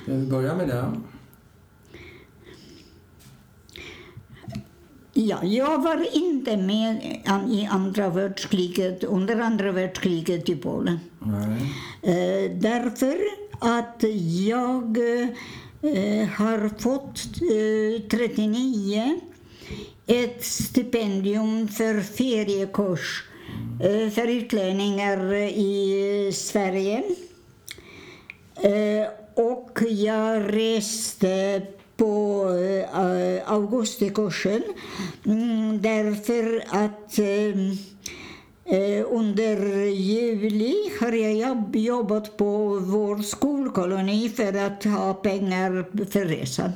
Ska vi börja med det? Ja, jag var inte med i under andra världskriget i Polen. Nej. Därför att jag har fått 39 ett stipendium för feriekurs för utlänningar i Sverige. Och jag reste på augustikursen därför att under juli har jag jobbat på vår skolkoloni för att ha pengar för resan.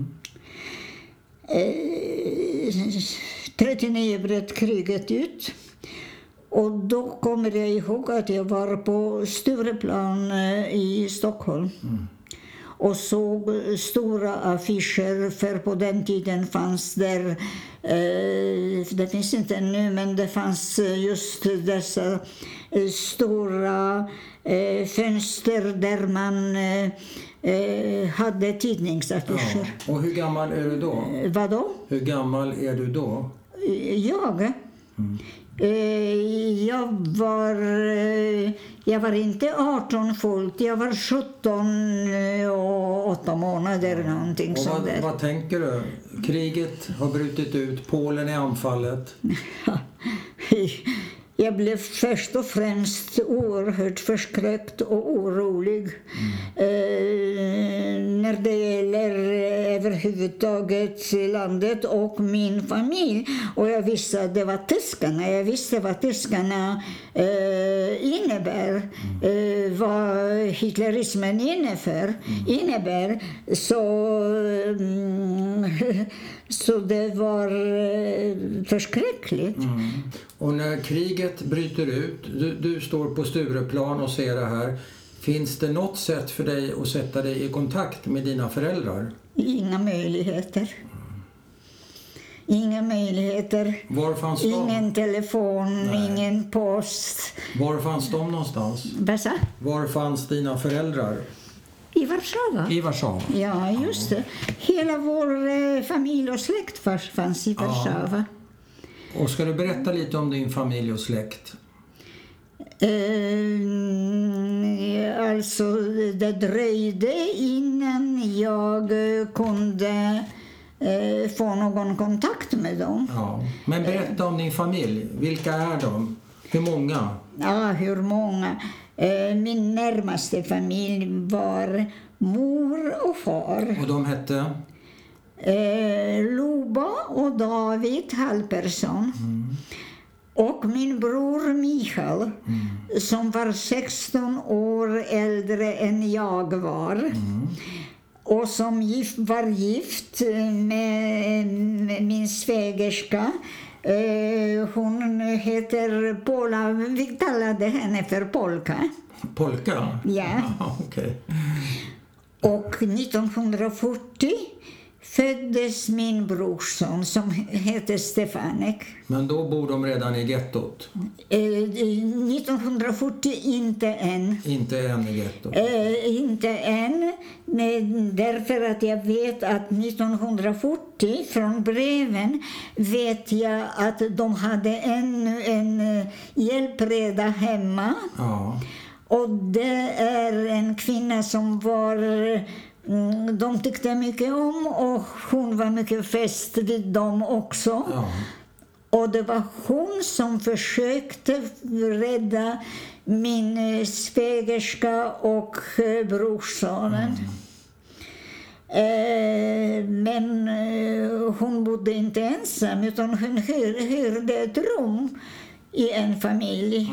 39 bröt kriget ut. Och då kommer jag ihåg att jag var på Stureplan i Stockholm. Och såg stora affischer, för på den tiden fanns där, det finns inte nu, men det fanns just dessa stora fönster där man hade tidningsaffischer. Ja. Och hur gammal är du då? Vadå? Hur gammal är du då? Jag? Jag var inte 18 fullt, jag var 17 och 8 månader någonting sånt där. Vad tänker du? Kriget har brutit ut, Polen är anfallet. Jag blev först och främst oerhört förskräckt och orolig när det gäller överhuvudtaget landet och min familj. Och jag visste att det var tyskarna. Jag visste vad tyskarna innebär, vad hitlerismen innebär. Så det var förskräckligt. Och när kriget bryter ut, du står på Stureplan och ser det här. Finns det något sätt för dig att sätta dig i kontakt med dina föräldrar? Inga möjligheter. Inga möjligheter. Var fanns de? Ingen telefon, ingen post. Var fanns de någonstans? Bassa? Var fanns dina föräldrar? I Warszawa. I Warszawa? Ja, just det. Hela vår familj och släkt fanns i Warszawa. Och ska du berätta lite om din familj och släkt? Alltså, det dröjde innan jag kunde få någon kontakt med dem. Ja. Men berätta om din familj. Vilka är de? Hur många? Ja, hur många? Min närmaste familj var mor och far. Och de hette? Luba och David Hallpersson. Och min bror Michael, som var 16 år äldre än jag var. Och som var gift med min svägerska. Hon heter Pola, vi kallade henne för Polka. Polka? Ja. Okej. Och 1940 föddes min brorson som hette Stefanek. Men då bor de redan i gettot? 1940 inte än. Inte än i gettot? Inte än. Därför att jag vet att 1940 från breven vet jag att de hade ännu en hjälpreda hemma. Ja. Och det är en kvinna som de tyckte mycket om och hon var mycket fäst vid dem också. Ja. Och det var hon som försökte rädda min svägerska och brorsonen. Men hon bodde inte ensam utan hon hyrde ett rum i en familj.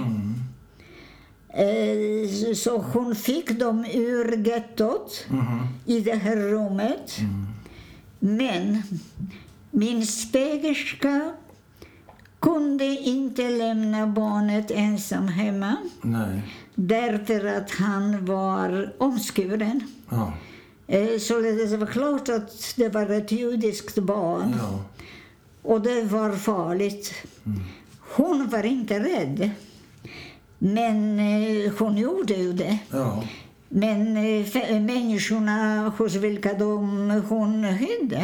Så hon fick dem ur gettot i det här rummet. Men min svägerska kunde inte lämna barnet ensam hemma. Nej. Därför att han var omskuren. Ja. Så det var klart att det var ett judiskt barn. Ja. Och det var farligt. Hon var inte rädd. Men hon gjorde ju det. Ja. Men människorna hos vilka hon hade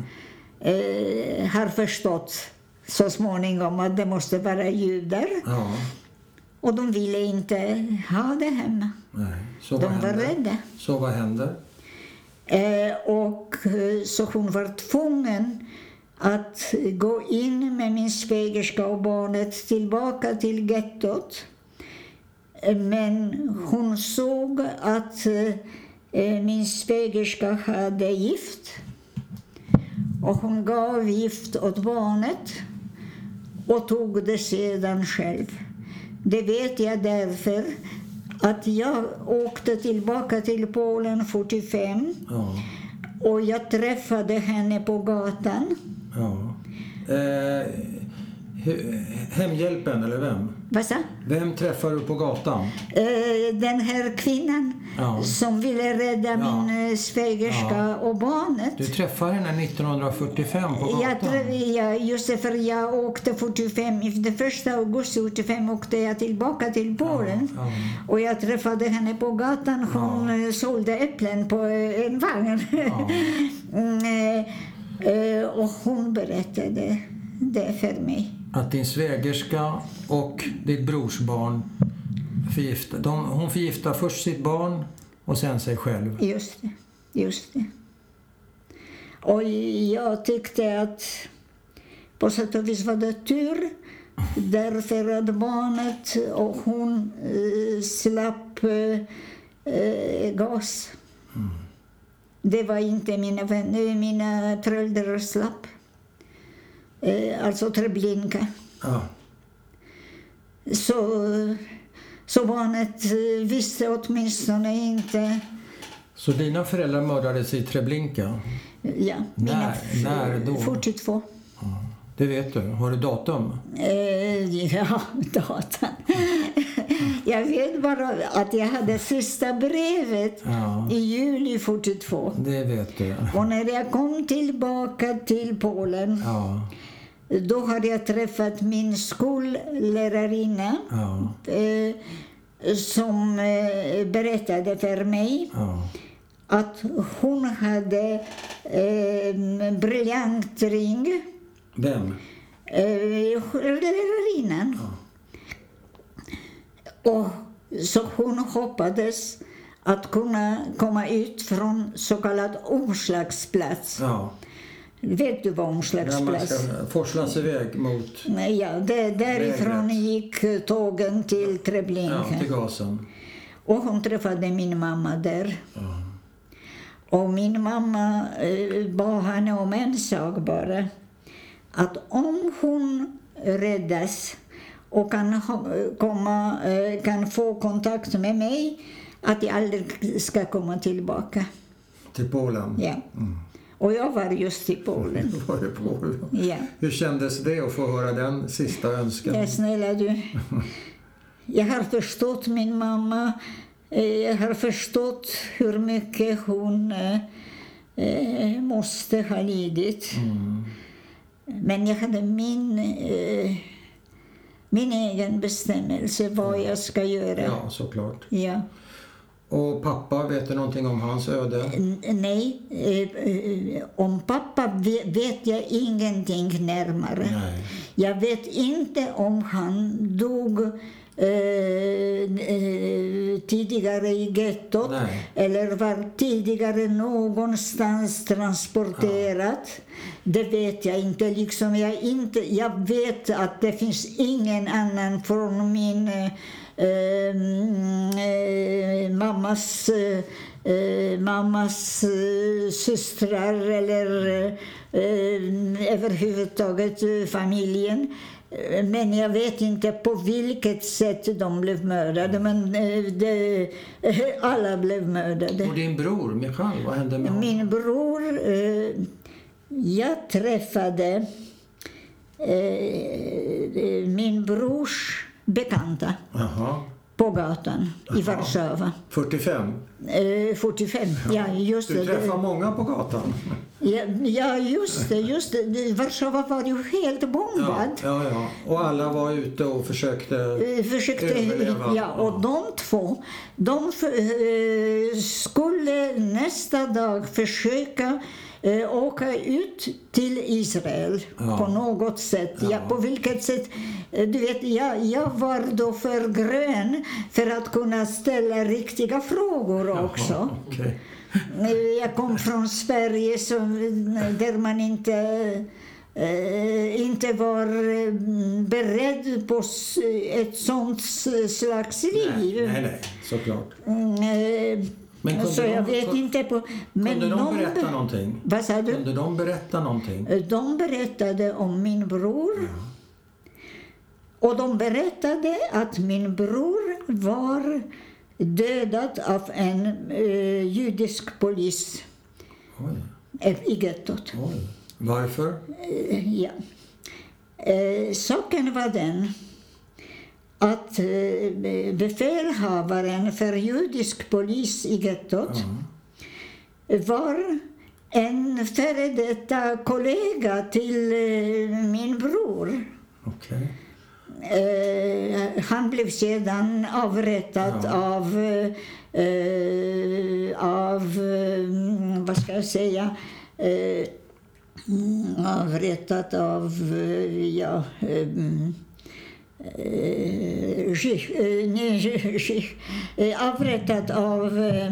har förstått så småningom att det måste vara judar. Ja. Och de ville inte ha det hemma. Nej. Så de var rädda. Så vad händer? Och så hon var tvungen att gå in med min svägerska och barnet tillbaka till gettot. Men hon såg att min svägerska hade gift. Och hon gav gift åt barnet och tog det sedan själv. Det vet jag därför att jag åkte tillbaka till Polen 45 och jag träffade henne på gatan. Ja. Hemhjälpen eller vem? Vad sa? Vem träffar du på gatan? Den här kvinnan som ville rädda min svägerska och barnet. Du träffade henne 1945 på gatan? Just det, för jag åkte 45. Den 1 augusti 45 åkte jag tillbaka till Polen. Och jag träffade henne på gatan. Hon sålde äpplen på en vagn. Och hon berättade det för mig. Att din svägerska och ditt brorsbarn hon förgiftar först sitt barn och sen sig själv. Just det. Och jag tyckte att på sätt och vis var det tur. Därför att barnet och hon slapp gas. Det var inte mina föräldrar slapp. Alltså Treblinka. Så barnet visste åtminstone inte. Så dina föräldrar mördades i Treblinka? Ja. När då? 42. Det vet du. Har du datum? Ja, datum. Jag vet bara att jag hade sista brevet i juli 42. Det vet du. Och när jag kom tillbaka till Polen då hade jag träffat min skollärarinna som berättade för mig att hon hade en briljant ring. Vem? Lärarinnan. Och så hon hoppades att kunna komma ut från så kallad omslagsplats. Vet du vad omslagsplats? Ja, man ska forslas iväg mot... Ja, därifrån gick tågen till Treblinka. Ja, till gasen. Och hon träffade min mamma där. Och min mamma bad henne om en sak bara. Att om hon räddas och kan få kontakt med mig, att jag aldrig ska komma tillbaka. Till Polen? Ja. Och jag var just i Polen. Var i Polen? Ja. Hur kändes det att få höra den sista önskan? Ja, snälla du. Jag har förstått min mamma. Jag har förstått hur mycket hon måste ha lidit. Men jag hade min egen bestämmelse vad jag ska göra. Ja, såklart. Ja. Och pappa, vet du någonting om hans öde? Nej, om pappa vet jag ingenting närmare. Nej. Jag vet inte om han dog tidigare i gettot eller var tidigare någonstans transporterat. Det vet jag inte. Liksom jag vet att det finns ingen annan från min mammas systrar eller överhuvudtaget familjen. Men jag vet inte på vilket sätt de blev mördade, men alla blev mördade. Och din bror, Michal, vad hände med honom? Min bror, jag träffade min brors bekanta. på gatan i Warszawa. 45? 45, ja just det. Du träffar många på gatan? Ja just det. Warszawa var ju helt bombad. Ja. Och alla var ute och försökte överleva. Ja, och de två, skulle nästa dag försöka åka ut till Israel på något sätt. Ja, på vilket sätt? Du vet, jag var då för grön för att kunna ställa riktiga frågor också. Okay. Jag kom från Sverige där man inte var beredd på ett sånt slags liv. Nej, såklart. Men så jag vet inte på... Kunde de berätta någonting? Vad sa du? Kunde de berätta någonting? De berättade om min bror. Ja. Och de berättade att min bror var dödad av en judisk polis. I gettot. Varför? Ja. Saken var den att befälhavaren för judisk polis i gettot var en före detta kollega till min bror. Okay. Han blev sedan avrättad av vad ska jag säga, avrättad av avrättad av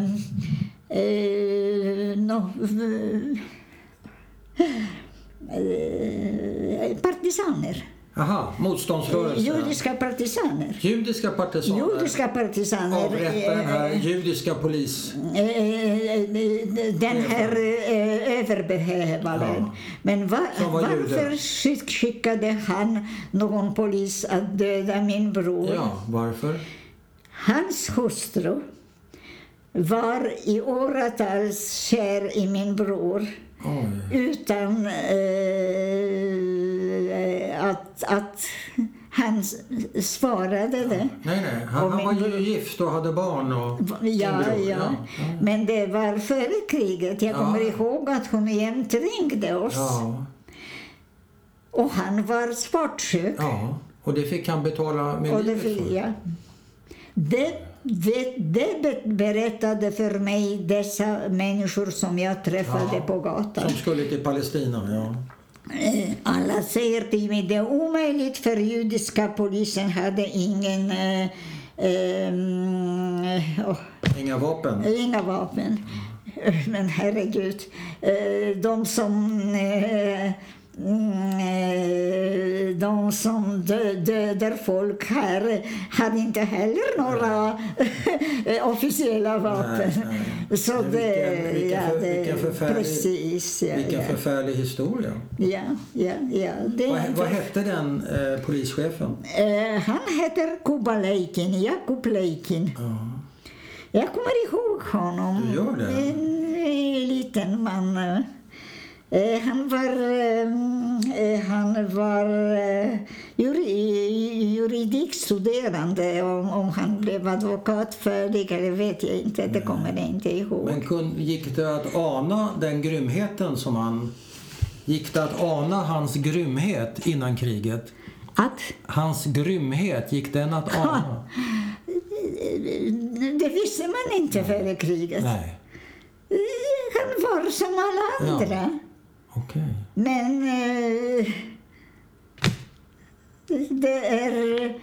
partisaner. Aha, motståndsrörelser. Judiska partisaner. Judiska partisaner. Avrätta den här judiska polis. Den här överbefälhavaren. Ja. Men varför skickade han någon polis att döda min bror? Ja, varför? Hans hustru var i åratals kär i min bror. Utan att han svarade det. Nej. Han var ju gift och hade barn. Ja. Men det var före kriget. Jag kommer ihåg att hon jämt ringde oss. Ja. Och han var svartsjuk. Ja, och det fick han betala med livet för. Ja. Det berättade för mig dessa människor som jag träffade på gatan. Som skulle till Palestina, Alla säger till mig, det är omöjligt för judiska polisen hade ingen... Inga vapen? Inga vapen. Men herregud, de som dödar folk här hade inte heller några officiella vapen. Nej. Så vilken förfärlig historia. Ja. Vad hette den polischefen? Han heter Jakub Leikin. Jag kommer ihåg honom. Du gör det? En liten man. Han var juridikstuderande. Om han blev advokat färdig eller vet jag inte. Det kommer jag inte ihåg. Men gick det att ana den grymheten som han... Gick det att ana hans grymhet innan kriget? Hans grymhet, gick den att ana? Det visste man inte före kriget. Nej. Han var som alla andra. Ja. Okay. Men det är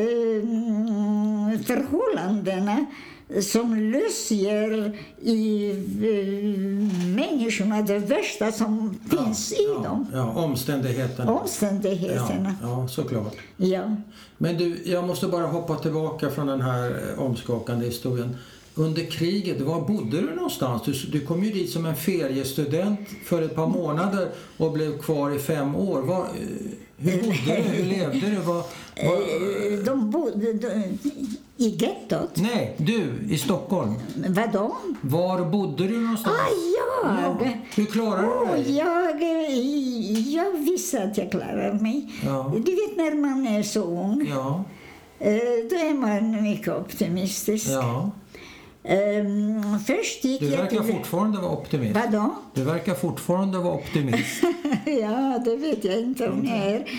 förhållandena som löser i människorna det värsta som finns i dem. Ja, omständigheterna. Ja, såklart. Ja. Men du, jag måste bara hoppa tillbaka från den här omskakande historien. Under kriget, var bodde du någonstans? Du kom ju dit som en feriestudent för ett par månader och blev kvar i 5 år. Hur bodde du? Hur levde du? De bodde i gettot. Nej, du i Stockholm. Vadå? Var bodde du någonstans? Jag? Ja. Hur klarade du dig? Jag visste att jag klarar mig. Ja. Du vet när man är så ung. Ja. Då är man mycket optimistisk. Ja. Först gick Du jag verkar fortfarande vara optimist. Vadå? Du verkar fortfarande vara optimist. Ja, det vet jag inte om jag är.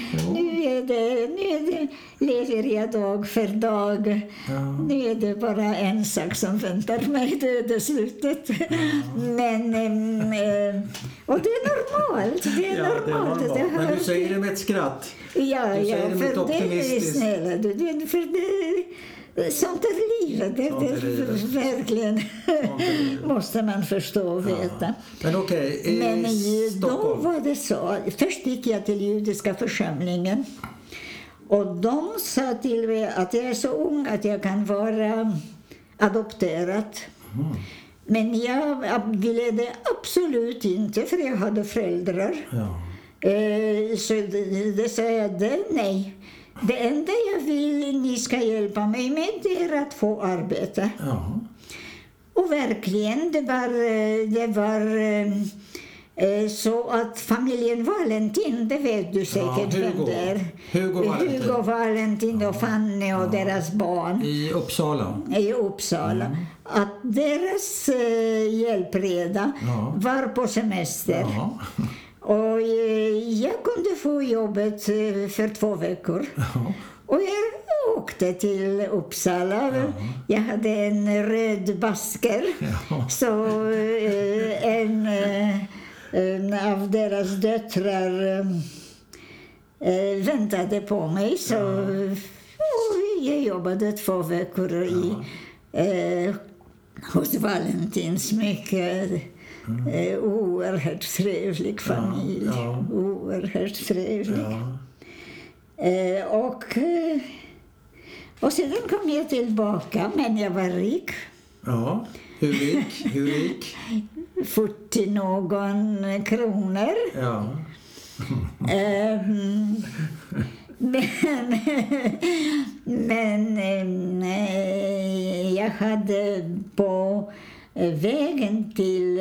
Nu lever jag dag för dag. Ja. Nu är det bara en sak som väntar mig, det är det slutet. Ja. Men, och det är normalt. Det är normalt. Men du säger det med ett skratt. Ja, säger det med ett för det är optimistiskt. snälla. För det, sånt är livet. Det verkligen måste man förstå och veta. Men okej, Men då Stockholm. var det så. Först gick jag till judiska församlingen. Och de sa till mig att jag är så ung att jag kan vara adopterad. Men jag ville det absolut inte, för jag hade föräldrar. Ja. Så det sa jag, nej. Det enda jag vill ni ska hjälpa mig med, det är att få arbete. Ja. Och verkligen, det var så att familjen Valentin, det vet du säkert vem det är. Hugo Valentin och Fanny och deras barn. I Uppsala. I Uppsala. Att deras hjälpreda var på semester. Ja. Och jag kunde få jobbet för 2 veckor. Ja. Och jag åkte till Uppsala. Ja. Jag hade en röd basker. Ja. Så en av deras döttrar väntade på mig. Så jag jobbade 2 veckor hos Valentins. Mycket oerhört trevlig familj. Ja. Oerhört trevlig. Ja. Och sedan kom jag tillbaka, men jag var rik. Ja. Hur rik? 40 någon kronor. Ja. Men jag hade på vägen till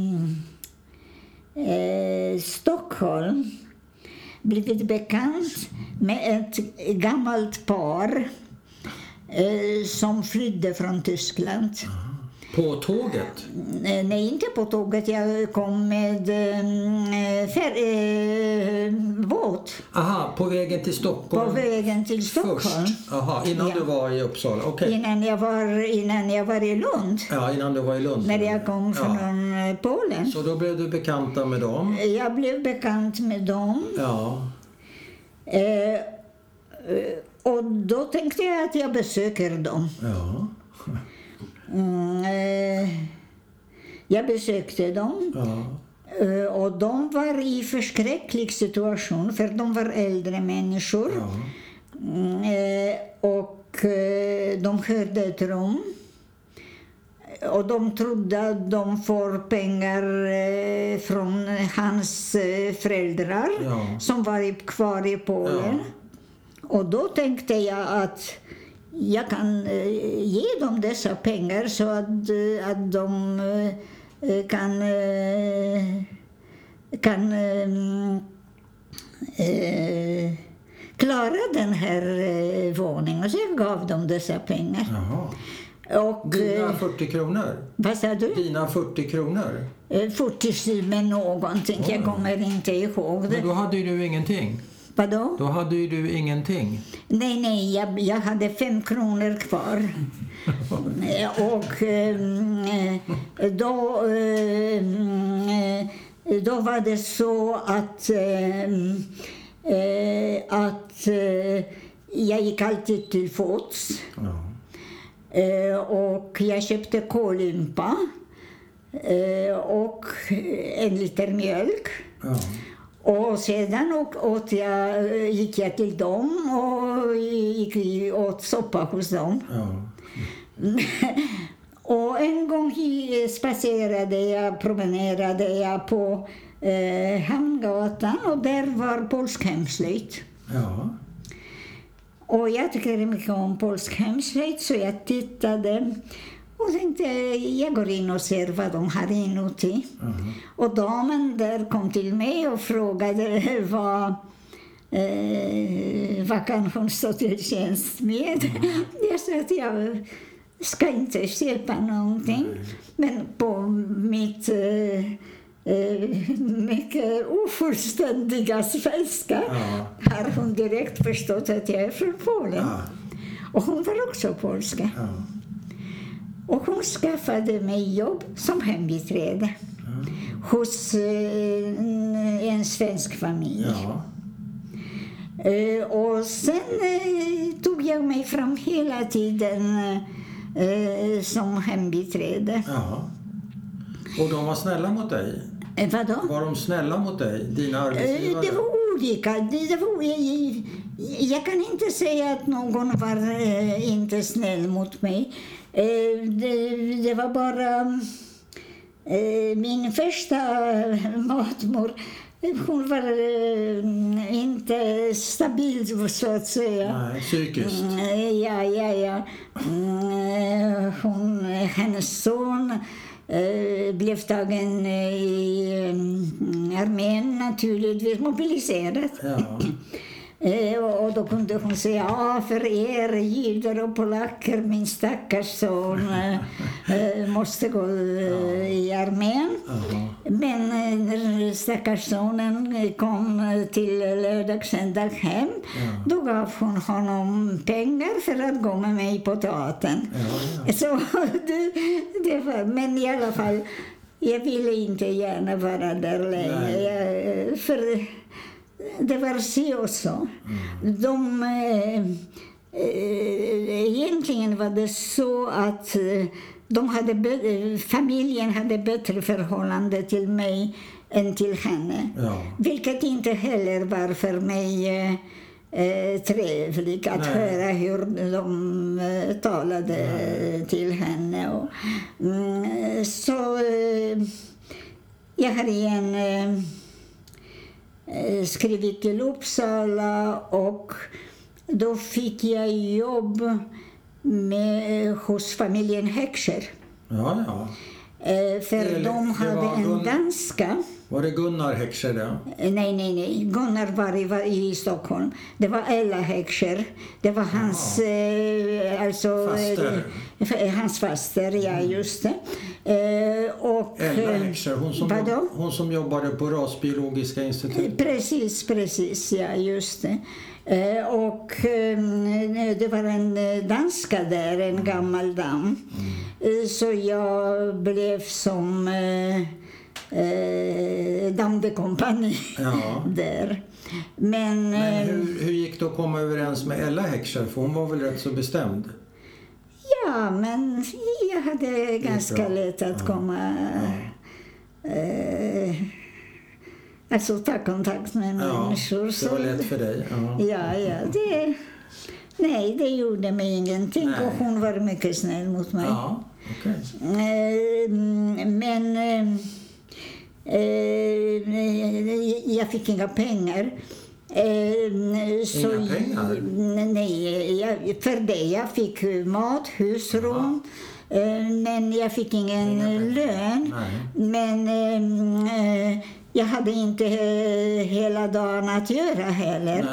Stockholm blivit bekant med ett gammalt par som flydde från Tyskland. På tåget? Nej, inte på tåget. Jag kom med båt. Aha, på vägen till Stockholm? På vägen till Stockholm. Först? Aha, innan du var i Uppsala? Okay. Innan jag var i Lund. Ja, innan du var i Lund. När jag kom från Polen. Så då blev du bekanta med dem? Jag blev bekant med dem. Ja. Och då tänkte jag att jag besöker dem. Ja. Jag besökte dem. Ja. Och de var i förskräcklig situation, för de var äldre människor. Ja. Och de hörde ett rum. Och de trodde att de får pengar från hans föräldrar som var kvar i Polen. Ja. Och då tänkte jag att jag kan ge dem dessa pengar så att de kan klara den här våningen. Så jag gav dem dessa pengar. Jaha. Och, dina 40 kronor? Vad sa du? Dina 40 kronor? 47 med någonting. Jag kommer inte ihåg det. Men då hade ju du ingenting. Vadå? Då hade ju du ingenting. Nej, jag hade 5 kronor kvar. Och då var det så att jag gick alltid till fots. Ja. Och jag köpte kolympa och 1 liter mjölk. Ja. Och sedan gick jag till dem och åt soppa hos dem. Ja. Och en gång promenerade jag på Hamngatan, och där var polsk hemslöjd. Ja. Och jag tycker mycket om polsk hemslöjd, så jag tittade och tänkte jag går in och ser vad de har inuti. Och damen där kom till mig och frågade vad vad kan hon stå till tjänst med? Jag sa att jag ska inte köpa någonting. Men på mitt mycket ofullständiga svenska har hon direkt förstått att jag är från Polen. Och hon var också polska. Och hon skaffade mig jobb som hembiträde hos en svensk familj. Och sen tog jag mig fram hela tiden som hembiträde. Och de var snälla mot dig? Vadå? Var de snälla mot dig, dina arbetsgivare? Det var olika. Jag kan inte säga att någon var inte snäll mot mig. Det var bara min första matmor. Hon var inte stabil, så att säga. Nej, psykiskt. Ja. Hennes son blev tagen i armén, naturligtvis mobiliserad. Och då kunde hon säga, för er judar och polacker, min stackars son måste gå i armén. Men när stackars sonen kom till lördagssöndag hem, då gav hon honom pengar för att gå med mig på teatern. Så det var, men i alla fall, jag ville inte gärna vara där längre. För det var så och så. Egentligen var det så att familjen hade bättre förhållande till mig än till henne. Vilket inte heller var för mig trevligt att höra hur de talade till henne. Så jag har igen skrivit till Uppsala och då fick jag jobb hos familjen Heckscher. För de hade en danska. Var det Gunnar Heckscher då? Nej. Gunnar var i Stockholm. Det var Ella Heckscher. Det var hans faster. Hans faster, ja, just det. Och Ella Heckscher, hon som jobbade på Rasbiologiska institutet. Precis, ja, just det. Och det var en danska där, en gammal dam. Så jag blev som dame de compagnie där. Men hur gick det att komma överens med Ella Heckscher? För hon var väl rätt så bestämd? Ja, men jag hade ganska lätt att komma... Alltså ta kontakt med människor. Det var lätt för dig. Det gjorde mig ingenting. Nej. Och hon var mycket snäll mot mig. Men jag fick inga pengar. Inga pengar? Nej, för det jag fick mat, husrum. Men jag fick ingen lön. Men jag hade inte hela dagen att göra heller.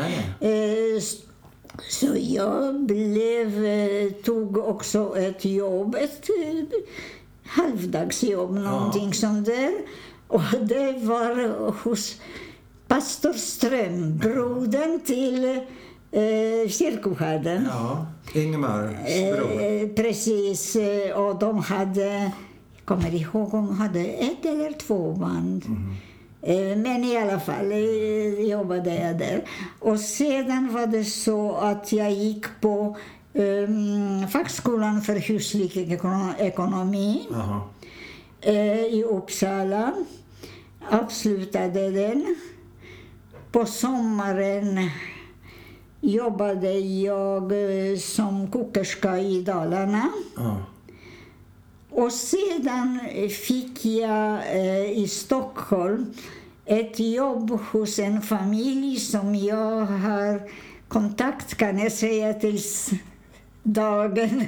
Så jag tog också ett jobb, ett halvdagsjobb, någonting sånt där. Och det var hos pastor Ström, brodern till kyrkoherden. Ingemars bror. Precis, och de hade, jag kommer ihåg, de hade 1 eller 2 band. Men i alla fall jobbade jag där. Och sedan var det så att jag gick på fackskolan för huslig ekonomi i Uppsala. Avslutade den. På sommaren jobbade jag som kokerska i Dalarna. Och sedan fick jag i Stockholm ett jobb hos en familj som jag har kontakt, kan jag säga, tills dagen.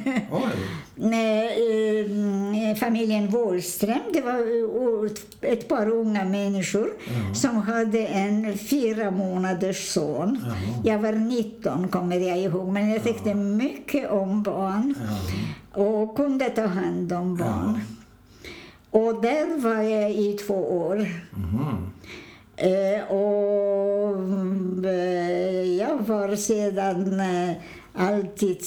Familjen Wåhlström, det var ett par unga människor som hade en 4 månaders son. Jag var 19, kommer jag ihåg, men jag tyckte mycket om barn och kunde ta hand om barn. Och där var jag i 2 år. Och jag var sedan alltid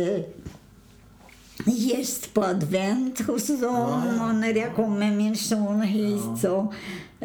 gäst på advent hos dem. Och när jag kom med min son hit så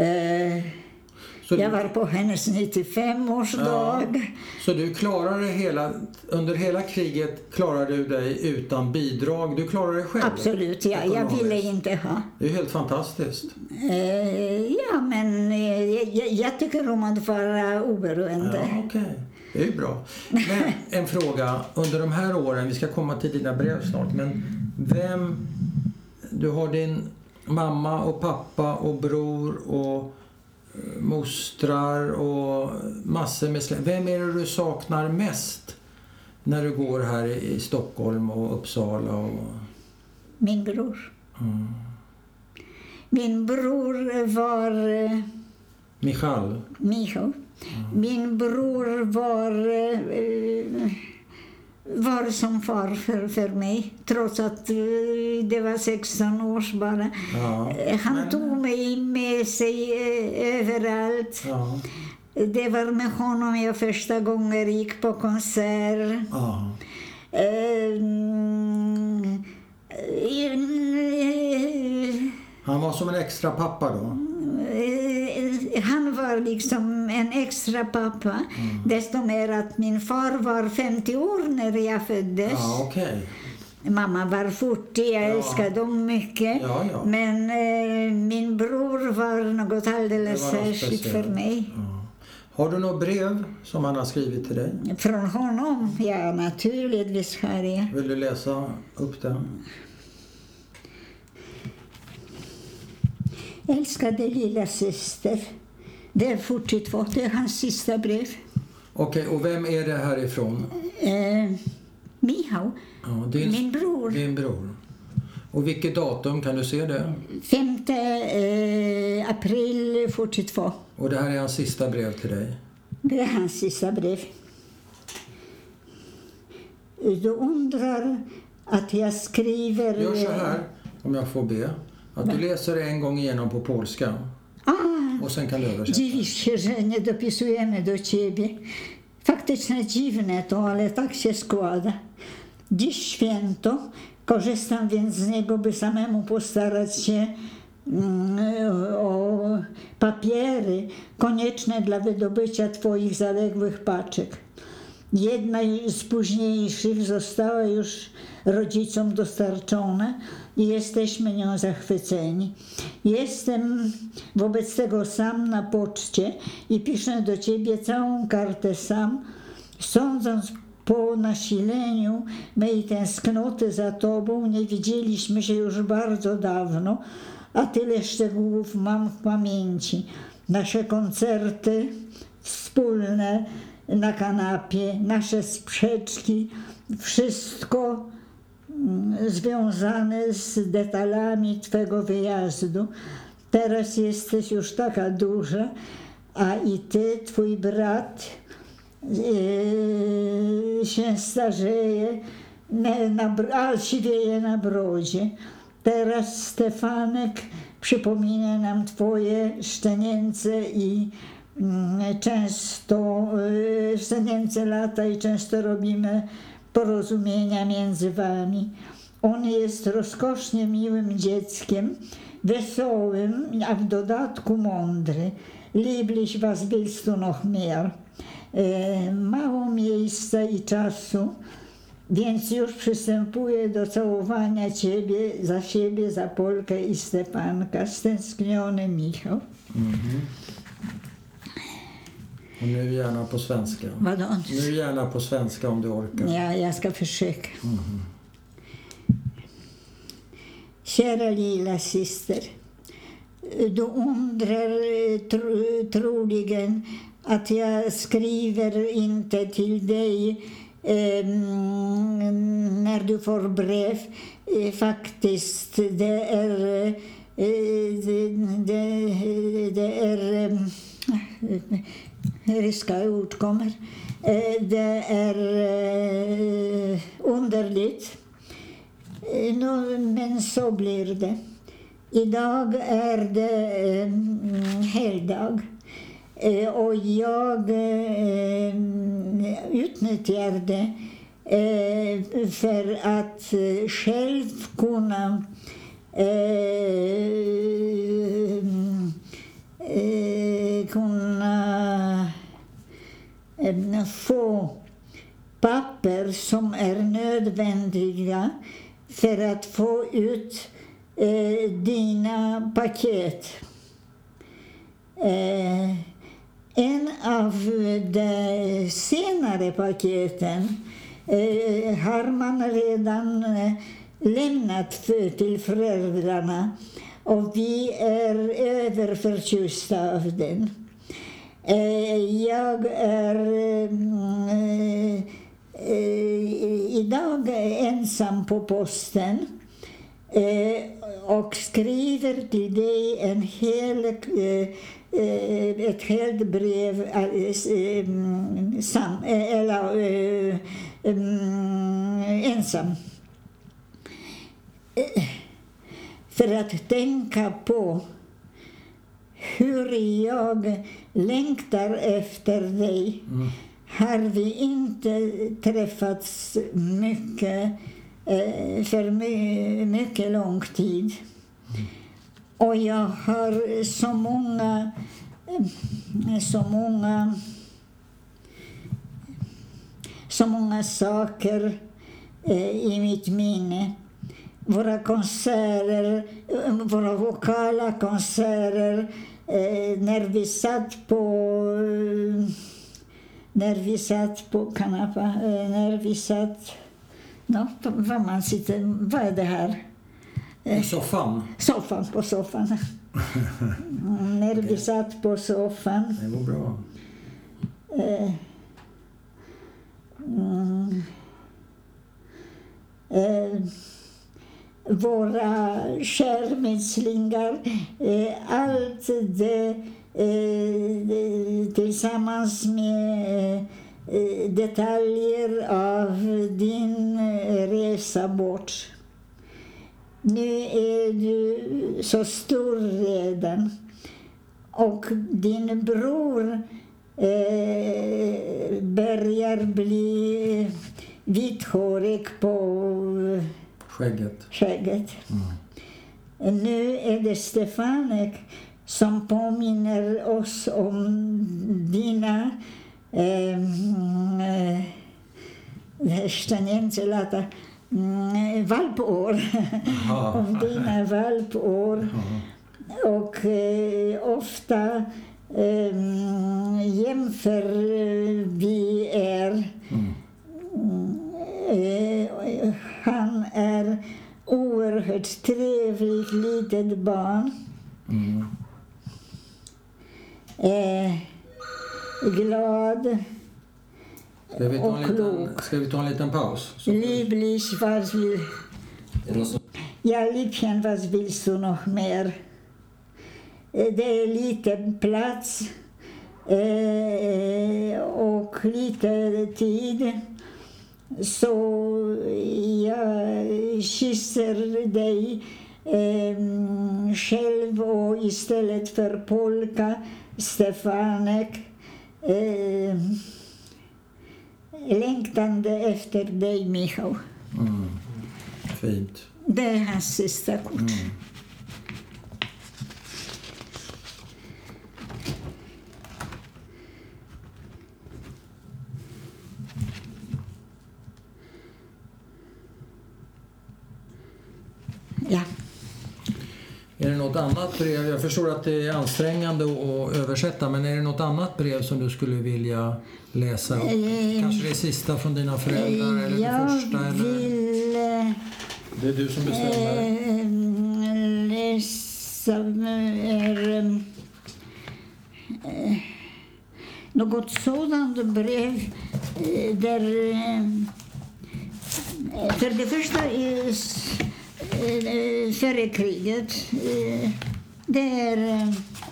jag var på hennes 95-årsdag. Så du klarade under hela kriget klarade du dig utan bidrag? Du klarade dig själv? Absolut, ja. Jag ville inte ha. Det är helt fantastiskt. Ja, men jag tycker om att vara oberoende. Ja, okej. Det är ju bra. Men en fråga, under de här åren, vi ska komma till dina brev snart, men du har din mamma och pappa och bror och mostrar och massor med vem är det du saknar mest när du går här i Stockholm och Uppsala? Min bror. Min bror var Michal. Min bror var som far för mig, trots att det var 16 år bara. Han tog mig med sig överallt. Det var med honom jag första gången gick på konsert. Han var som en extra pappa då? Han var liksom en extra pappa. Desto mer att min far var 50 år när jag föddes. Mamma var 40, jag älskade dem mycket. Men min bror var något alldeles särskilt för mig. Har du något brev som han har skrivit till dig? Från honom? Ja, naturligtvis har jag. Vill du läsa upp den? Älskade lilla syster. Det är 42, det är hans sista brev. Okej, och vem är det härifrån? Michał, min bror. Din bror. Och vilket datum, kan du se det? 5 april 42. Och det här är hans sista brev till dig? Det är hans sista brev. Du undrar att jag skriver... Gör så här, om jag får be. Att du läser det en gång igenom på polska. Och sen kan du översätta. Dziwisz się, że nie dopisujemy do ciebie. Faktycznie dziwne to, ale tak się składa. Dziś święto, korzystam więc z niego, by samemu postarać się o papiery konieczne dla wydobycia twoich zaległych paczek. Jedna z późniejszych została już rodzicom dostarczona i jesteśmy nią zachwyceni. Jestem wobec tego sam na poczcie i piszę do ciebie całą kartę sam, sądząc po nasileniu mej tęsknoty za tobą. Nie widzieliśmy się już bardzo dawno, a tyle szczegółów mam w pamięci. Nasze koncerty wspólne na kanapie, nasze sprzeczki, wszystko związane z detalami twego wyjazdu. Teraz jesteś już taka duża, a i ty, twój brat się starzeje, siwieje na brodzie. Teraz Stefanek przypomina nam twoje szczenięce i szczenięce lata i często robimy porozumienia między wami. On jest rozkosznie miłym dzieckiem, wesołym, a w dodatku mądry. Lieblich was willst du noch mehr? Mało miejsca i czasu, więc już przystępuję do całowania ciebie, za siebie, za Polkę i Stefanka. Stęskniony Michał. Och nu gärna på svenska. Vadå? Nu gärna på svenska om du orkar. Ja, jag ska försöka. Kära lilla syster. Du undrar troligen att jag skriver inte till dig när du får brev. Faktiskt, det är ryska ord kommer. Det är underligt. Men så blir det. Idag är det helgdag. Och jag utnyttjar det för att själv kunna få papper som är nödvändiga för att få ut dina paket. En av de senare paketen har man redan lämnat till föräldrarna och vi är överförtjusta av den. Jag är idag ensam på posten och skriver till dig ett helt brev ensam. För att tänka på hur jag längtar efter dig. Har vi inte träffats mycket för mycket lång tid. Och jag har så många saker i mitt minne. Våra konserter, våra vokala konserter, när vi satt på kanappa, vad är det här? På soffan. När vi satt på soffan. Det var bra. Våra skärmytslingar, allt det tillsammans med detaljer av din resa bort. Nu är du så stor redan och din bror börjar bli vithårig på skägget. Nu är det Stefanek som påminner oss om dina valpår. Om dina valpår. Och ofta jämför vi han är oerhört trevligt litet barn. Glad och klok. Ska vi ta en liten paus? Livlig, vad vill... Ja, Liebchen, vad vill du nog mer? Det är lite plats och lite tid. Så jag kysser dig själv och istället för polka, Stefanek, längtande efter dig, Michał. Fint. Det är hans sista kort. Ja. Är det något annat brev? Jag förstår att det är ansträngande att översätta, men är det något annat brev som du skulle vilja läsa upp? Kanske det sista från dina föräldrar eller det första? Eller... Det är du som bestämmer. Läsa något sådant brev för det första före kriget, det är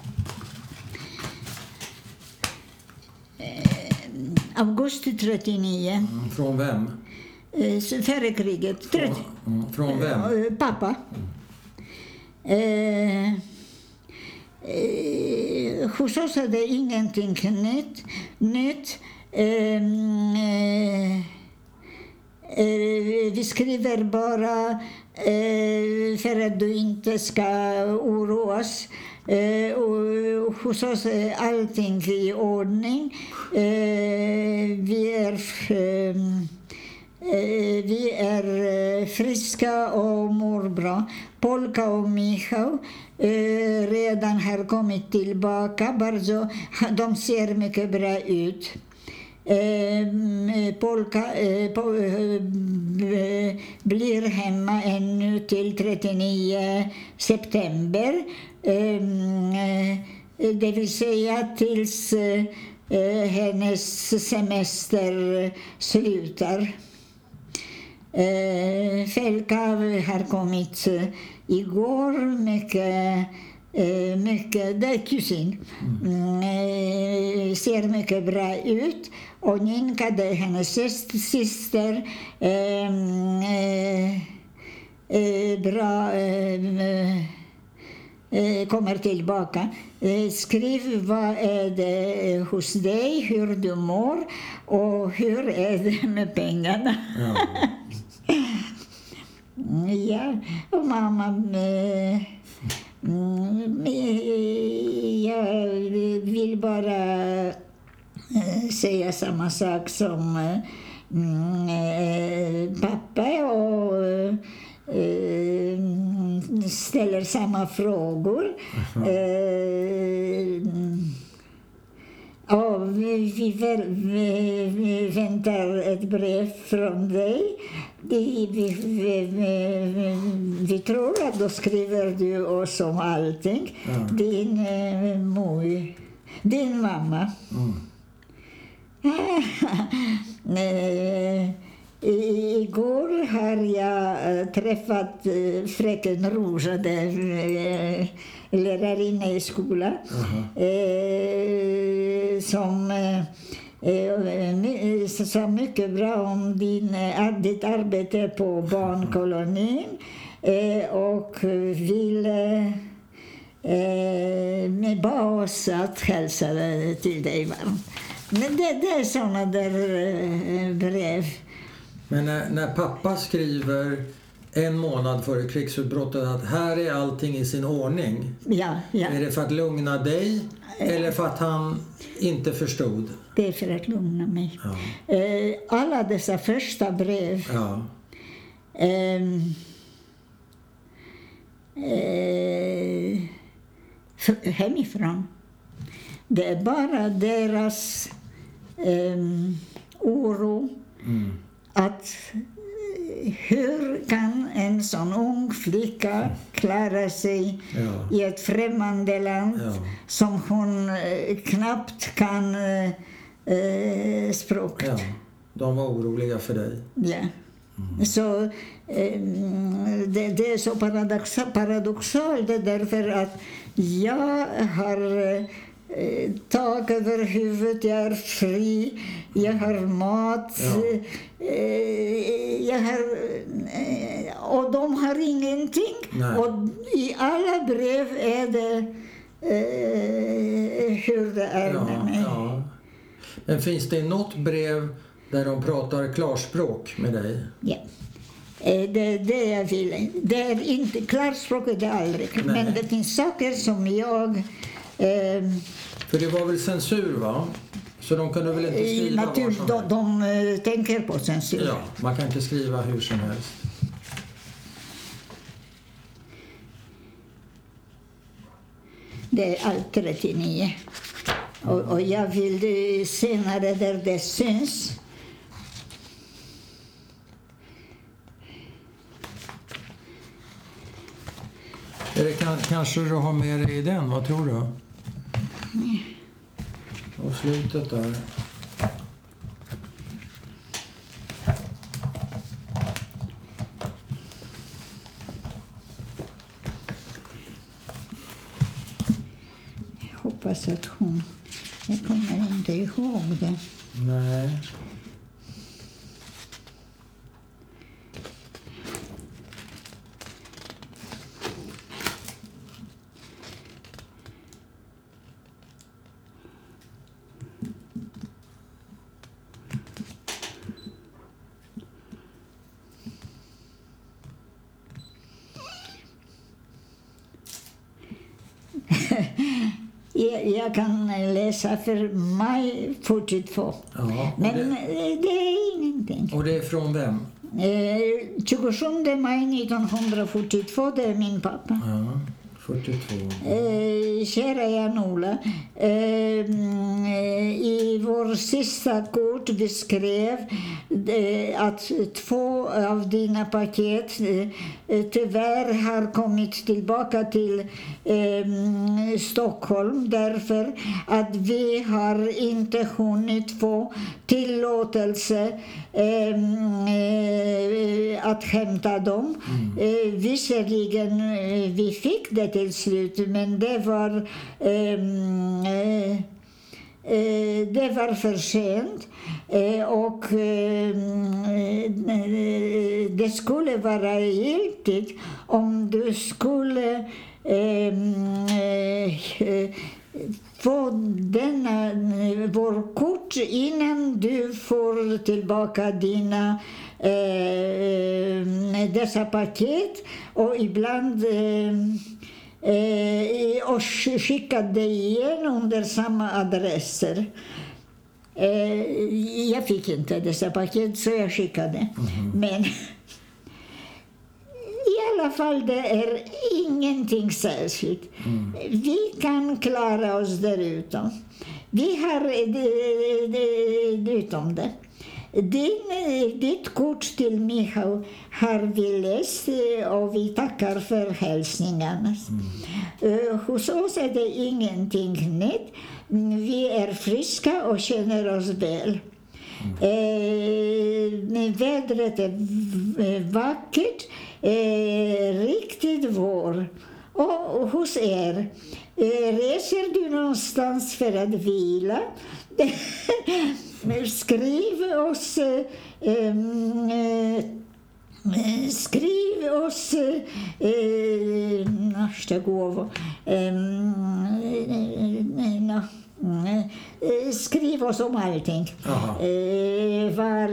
augusti 39. Från vem? Före kriget. Från vem? Pappa. Hos oss är det ingenting nytt. Vi skriver bara för att du inte ska oroas. Och hos oss är allting i ordning. Vi är friska och mår bra. Polka och Michał redan har kommit tillbaka. De ser mycket bra ut. Polka blir hemma ännu till 39 september. Det vill säga tills hennes semester slutar. Felka har kommit igår, mycket, det är kusin. Ser mycket bra ut. Och Ninka, det är hennes syster, bra, kommer tillbaka. Skriv vad är det hos dig, hur du mår och hur är det med pengarna. Ja. Ja, och mamma, jag vill bara säga samma sak som pappa och ställer samma frågor. Och vi väntar ett brev från dig. Vi tror att då skriver du oss om allting. Din mamma. Igår har jag träffat fröken Rosa, lärarinna i skolan, som sa mycket bra om ditt arbete på barnkolonin och ville bad oss att hälsa till dig varmt. Men det är såna där brev. Men när pappa skriver en månad före krigsutbrottet att här är allting i sin ordning. Ja. Är det för att lugna dig eller för att han inte förstod? Det är för att lugna mig. Ja. Alla dessa första brev. Ja. Hemifrån. Det är bara deras oro att hur kan en sån ung flicka klara sig i ett främmande land som hon knappt kan språket. Ja, de var oroliga för dig. Ja. Så det är så paradoxalt därför att jag har tak över huvudet, jag är fri, jag har mat, och de har ingenting. Nej. Och i alla brev är det hur det är med mig. Ja. Men finns det något brev där de pratar klarspråk med dig? Ja. Det jag vill. Det är inte klarspråk, det är aldrig. Nej. Men det finns saker som jag... För det var väl censur, va? Så de kunde väl inte skriva var som helst? De tänker på censur. Ja, man kan inte skriva hur som helst. Det är allt 39. Och jag vill senare där det syns. Är det kanske du har med dig i den? Vad tror du? Och slutet där. hoppas att hon... Jag kommer inte ihåg det. Nej. Jag kan läsa för maj 42. Ja, men det är ingenting. Och det är från vem? 27 maj 1942, det är min pappa. Ja, 42. Kära Jan-Ola, i vår sista kort vi skrev att 2 av dina paket tyvärr har kommit tillbaka till Stockholm därför att vi har inte hunnit få tillåtelse att hämta dem. Visserligen vi fick det till slut, men det var för sent och det skulle vara giltigt om du skulle få denna vår kort innan du får tillbaka dina dessa paket, och ibland och skickade igen under samma adresser. Jag fick inte dessa paket så jag skickade. Men i alla fall det är ingenting särskilt. Vi kan klara oss där utom. Vi har utom det. Ditt kort till Michał har vi läst och vi tackar för hälsningarna. Hos oss är det ingenting nytt. Vi är friska och känner oss väl. Vädret är vackert, riktigt vår. Och hos er, reser du någonstans för att vila? Skriv oss skriv oss om allting. Var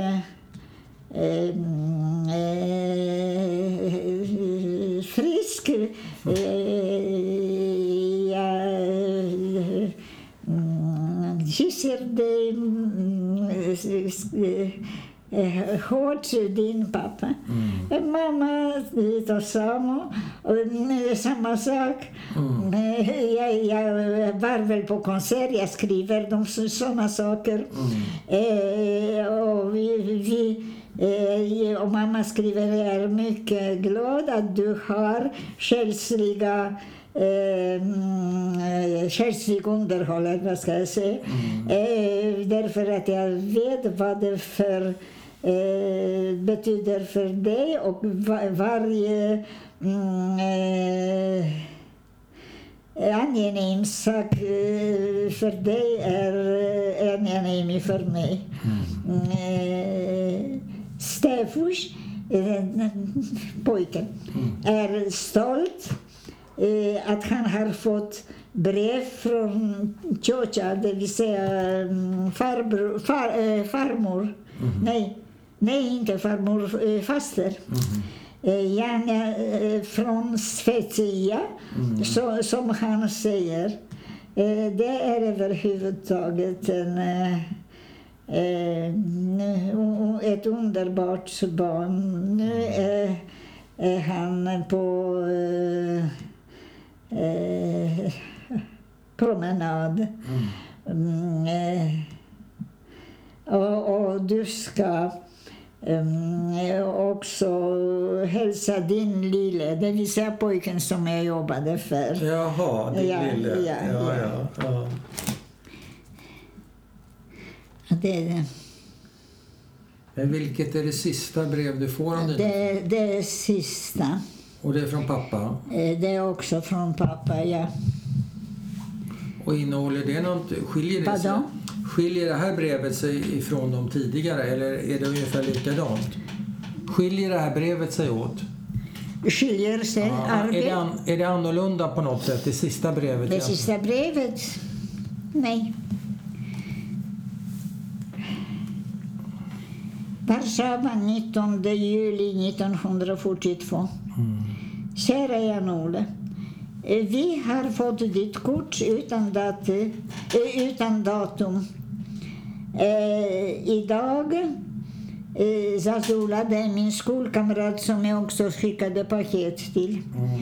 frisk. Kysser dig hårt din pappa. Mamma tar samma sak. Jag var väl på konsert, jag skriver de sådana saker. Och mamma skriver, jag är mycket glad att du har själslig underhållare, vad ska jag säga. Därför att jag vet vad det betyder för dig, och varje angenäm sak för dig är angenäm för mig. Stefus, pojken, är stolt att han har fått brev från Tjotja, det vill säga farmor. Nej, inte farmor, faster. Gärna från Svetsia, som han säger. Det är överhuvudtaget ett underbart barn. Nu är han på promenad. Och du ska också hälsa din lille, det vill säga pojken som jag jobbade för. Jaha, din lille. Ja. Det är det. Men vilket är det sista brev du får om det är sista. Och det är från pappa? Det är också från pappa, ja. Och innehåller det något, skiljer det här brevet sig ifrån de tidigare eller är det ungefär likadant? Skiljer det här brevet sig åt? Skiljer sig är det annorlunda på något sätt, det sista brevet? Det sista brevet? Nej. Warszawa 19 juli 1942. Kära Jan-Olle, vi har fått ditt kort utan datum. Idag Zazula, det är min skolkamrat som jag också skickade paket till,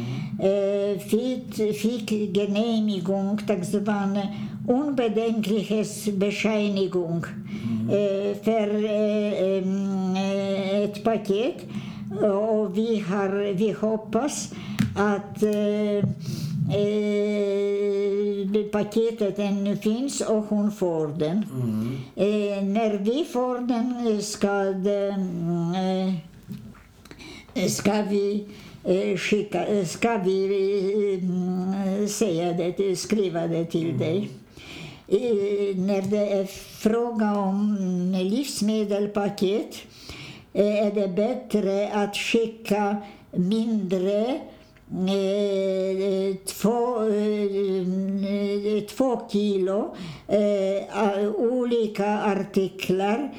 fick genehmigung, tak zwane unbedenklighetsbescheinigung för ett paket. Och vi hoppas att paketet ännu finns och hon får den. När vi får den ska vi skriva det till dig. När det är fråga om livsmedelpaket är det bättre att skicka mindre 2 kilo olika artiklar,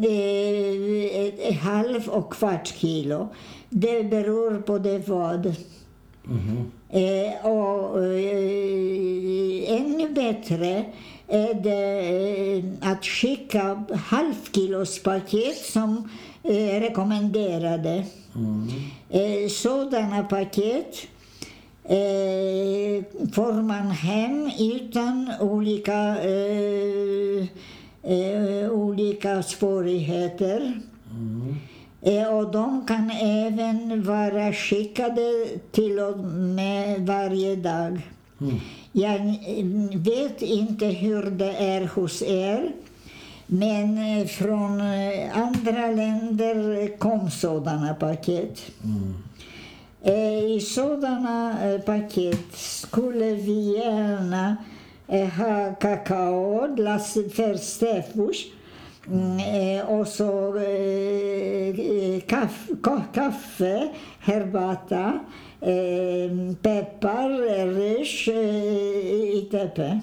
halv och kvart kilo. Det beror på det vad. Och ännu bättre är det att skicka halvkilos paket som rekommenderade. Sådana paket får man hem utan olika svårigheter. Och de kan även vara skickade till och med varje dag. Jag vet inte hur det är hos er, men från andra länder kom sådana paket. I sådana paket skulle vi gärna ha kakao, för Stefus, och så kaffe, herbata, peppar, ris, etc.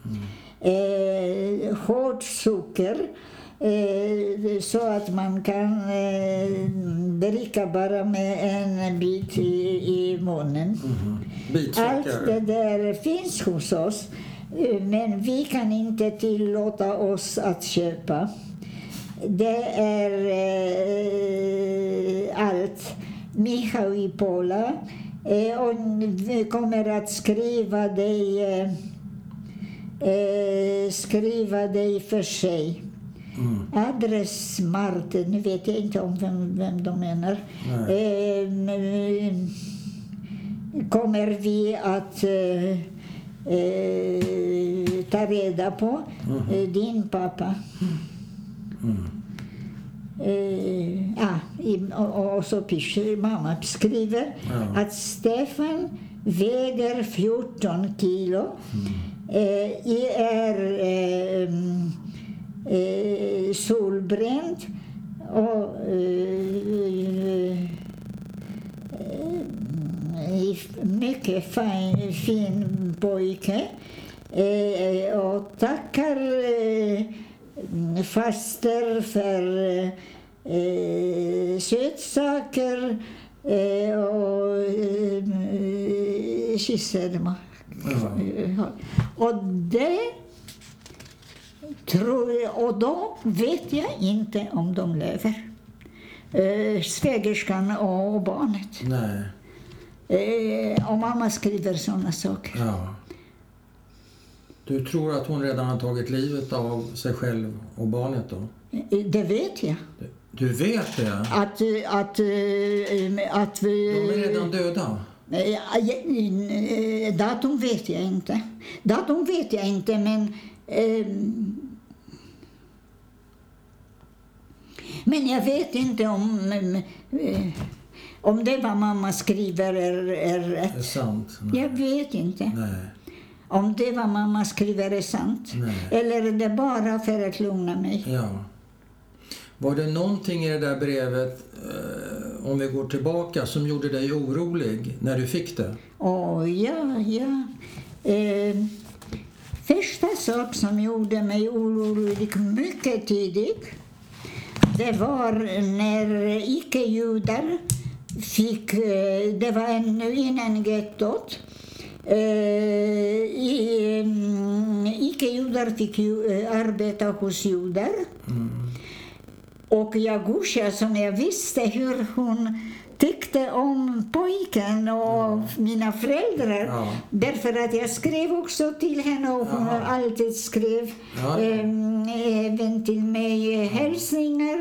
Hårt socker, så att man kan dricka bara med en bit i munnen. Allt det där finns hos oss, men vi kan inte tillåta oss att köpa. Det är allt. Michał i Pola, och vi kommer att skriva dig för sig. Adress Martin, nu vet jag inte om vem de menar. Kommer vi att ta reda på. Din pappa. Och så mamma skriver att Stefan väger 14 kilo. Är solbränd och mycket fin pojke, och tackar faster för sötsaker och kysser. Och det tror jag, och då vet jag inte om de lever. Svägerskan och barnet. Nej. Och mamma skriver sådana saker. Ja. Du tror att hon redan har tagit livet av sig själv och barnet då? Det vet jag. Du vet det? Att vi... De är redan döda? Datum vet jag inte. Men jag vet inte om det var mamma skriver är rätt. Det är sant. Nej. Jag vet inte. Nej. om det vad mamma skriver är sant. Nej. Eller är det bara för att lugna mig. Ja. Var det någonting i det där brevet, om vi går tillbaka, som gjorde dig orolig när du fick det? Ja. Första sak som gjorde mig orolig mycket tidigt, det var när icke-judar fick, det var ännu innan gettot, icke-judar fick arbeta hos judar. Och Jagusha, som jag visste hur hon tyckte om pojken och mina föräldrar. Ja. Därför att jag skrev också till henne och hon har alltid skrev även till mig hälsningar.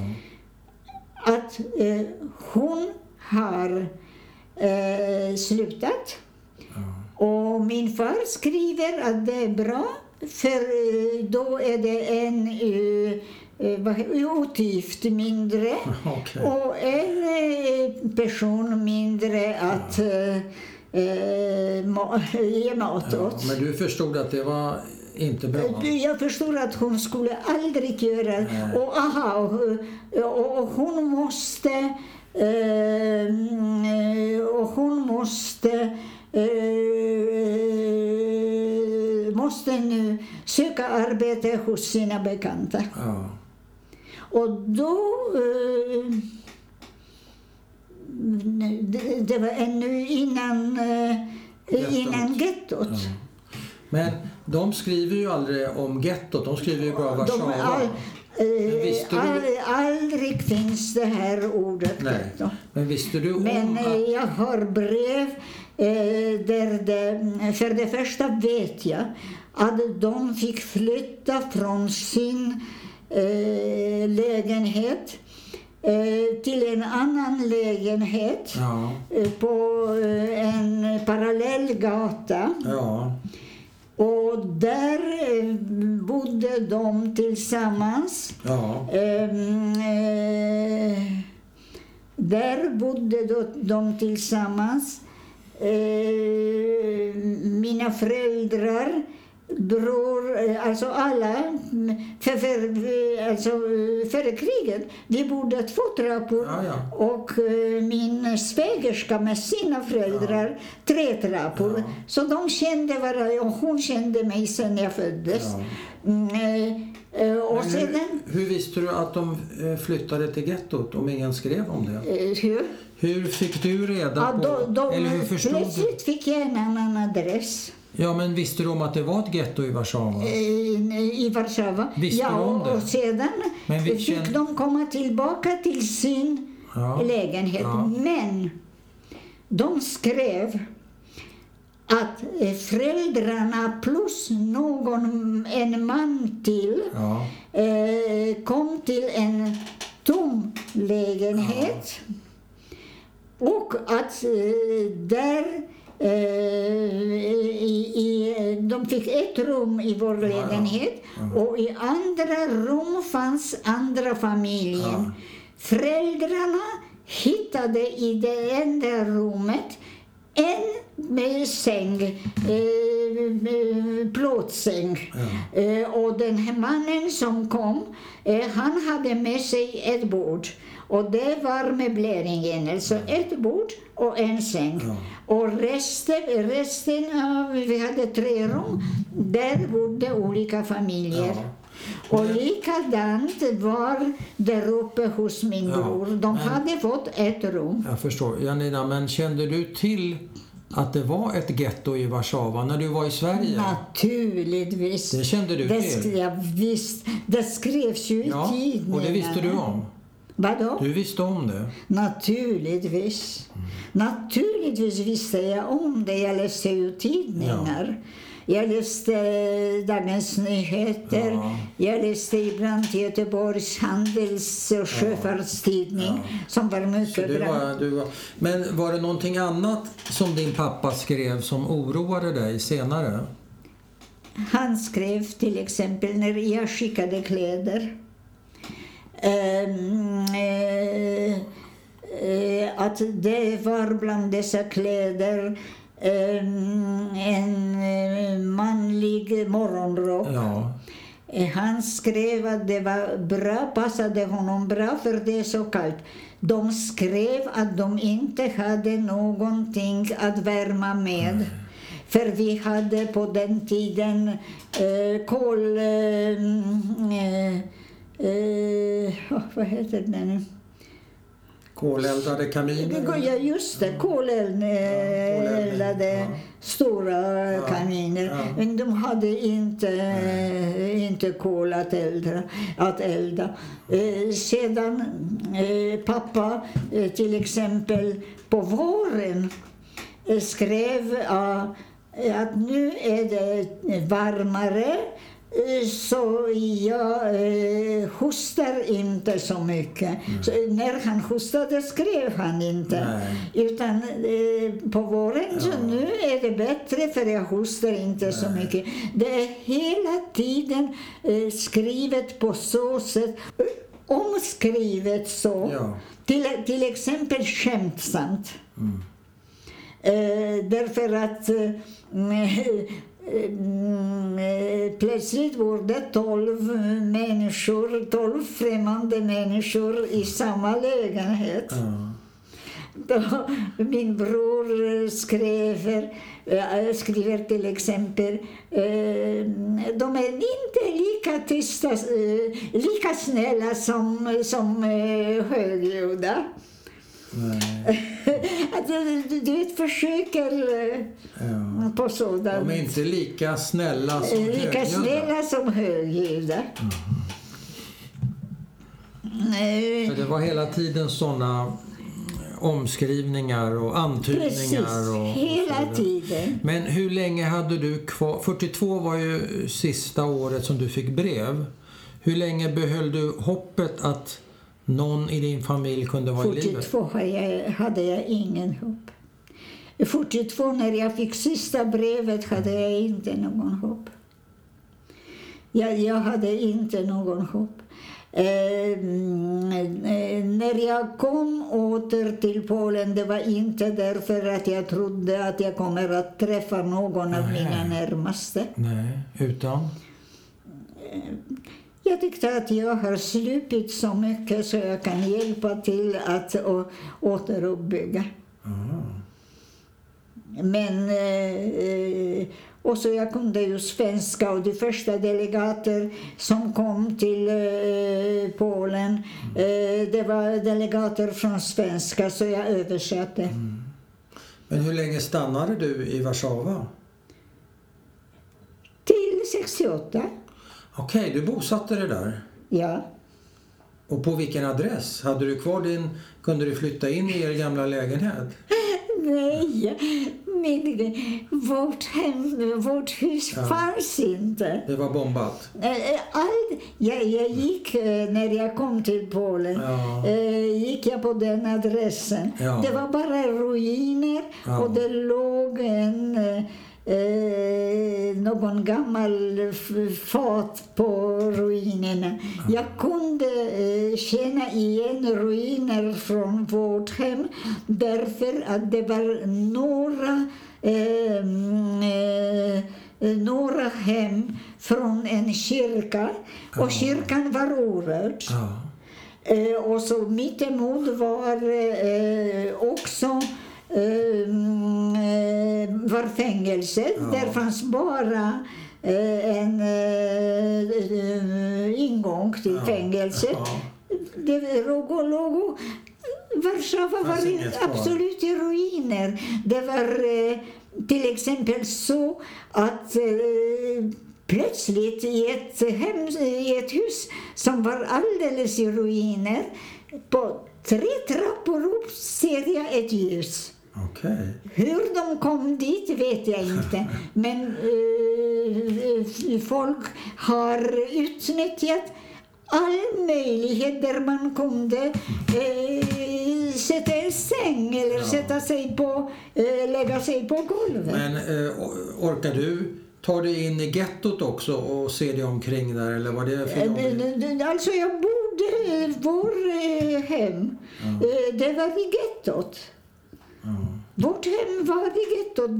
Att hon har slutat. Och min far skriver att det är bra, för då är det en utgift mindre och en person mindre att ge mat åt. Men du förstod att det var inte bra? Jag förstod att hon skulle aldrig göra och hon måste nu söka arbete hos sina bekanta. Ja. Och då det var ännu innan gettot. Ja. Men de skriver ju aldrig om gettot, de skriver ju bara Warszawa. Aldrig finns det här ordet getto. Men visste du om jag har brev där det, för det första vet jag att de fick flytta från sin lägenhet till en annan lägenhet på en parallell gata. Ja. Och där bodde de tillsammans. Ja. Där bodde de tillsammans. Mina föräldrar, bror, alltså alla, före kriget, vi bodde 2 trappor och min svägerska med sina föräldrar 3 trappor. Så de kände varandra och hon kände mig sedan jag föddes. Och hur visste du att de flyttade till gettot om ingen skrev om det? Hur fick du reda på? Eller hur förstod plötsligt fick jag en annan adress. Ja, men visste du om att det var ett getto i Warszawa? I Warszawa. Visste du om det? Och sedan fick de komma tillbaka till sin lägenhet. Ja. Men de skrev att föräldrarna plus en man till kom till en tom lägenhet. Och att där de fick ett rum i vår lägenhet och i andra rum fanns andra familjen. Föräldrarna hittade i det enda rummet en med säng, plåtsäng. Och den här mannen som kom, han hade med sig ett bord. Och det var möbleringen, alltså ett bord och en säng. Och resten av, vi hade 3 rum, där bodde olika familjer. Och likadant var där uppe hos min bror. De hade fått ett rum. Jag förstår. Janina, men kände du till att det var ett getto i Warszawa när du var i Sverige? Naturligtvis. Det kände du till? Ja, visst. Det skrevs ju i tidningarna. Och det visste du om? Vadå? Du visste om det? Naturligtvis. Naturligtvis visste jag om det. Jag läste ju tidningar. Jag läste Dagens Nyheter. Jag läste ibland Göteborgs handels- och sjöfartstidning som var mycket bra. Men var det någonting annat som din pappa skrev som oroade dig senare? Han skrev till exempel när jag skickade kläder. Att det var bland dessa kläder en morgonrock. Ja. Han skrev att det var bra, passade honom bra för det är så kallt. De skrev att de inte hade någonting att värma med. För vi hade på den tiden vad heter det nu? Koleldade kaminer? Ja, just det. Koleldade stora kaminer. Ja. Men de hade inte kol att elda. Sedan pappa till exempel på våren skrev att nu är det varmare. Så jag hostar inte så mycket. Så när han hostade skrev han inte. Nej. Utan på våren så nu är det bättre för jag hostar inte så mycket. Det är hela tiden skrivet på så sätt. Omskrivet så. Ja. Till exempel skämtsamt. Därför att plötsligt var det 12 främmande människor i samma lägenhet. Då min bror skriver till exempel de är inte lika tysta, lika snälla som högljudda. Du försöker på sådant. De är inte lika snälla som högljudda. Så det var hela tiden sådana omskrivningar och antydningar. Precis, hela tiden. Men hur länge hade du kvar? 42 var ju sista året som du fick brev. Hur länge behöll du hoppet att någon i din familj kunde vara i livet? 42 hade jag ingen hopp. 42 när jag fick sista brevet hade jag inte någon hopp. Jag hade inte någon hopp. När jag kom åter till Polen, det var inte därför att jag trodde att jag kommer att träffa någon av mina närmaste. Nej, utan? Jag tyckte att jag har slupit så mycket så jag kan hjälpa till att återuppbygga. Men och så jag kunde ju svenska och de första delegater som kom till Polen det var delegater från svenska så jag översatte. Men hur länge stannade du i Warszawa? Till 68. Okej, du bosatte dig där? Ja. Och på vilken adress? Hade du kvar kunde du flytta in i er gamla lägenhet? Nej, vårt hus fanns inte. Det var bombat? Jag gick, när jag kom till Polen, gick jag på den adressen. Ja. Det var bara ruiner och det låg någon gammal fat på ruinerna. Jag kunde känna igen ruiner från vårt hem därför att det var några hem från en kyrka och kyrkan var orörd. Och så mittemot var också var fängelset. Där fanns bara en ingång till fängelset. Det låg Warszawa var absolut i ruiner. Det var till exempel så att plötsligt i ett hus som var alldeles i ruiner, på 3 trappor upp ser jag ett ljus. Okay. Hur de kom dit vet jag inte. Men folk har utnyttjat all möjlighet där man kunde sätta en säng eller sätta sig på, lägga sig på golvet. Men orkar du ta dig in i gettot också och se dig omkring där, eller vad det är för alltså jag bodde vår hem. Det var i gettot. Vårt hem var i gettot.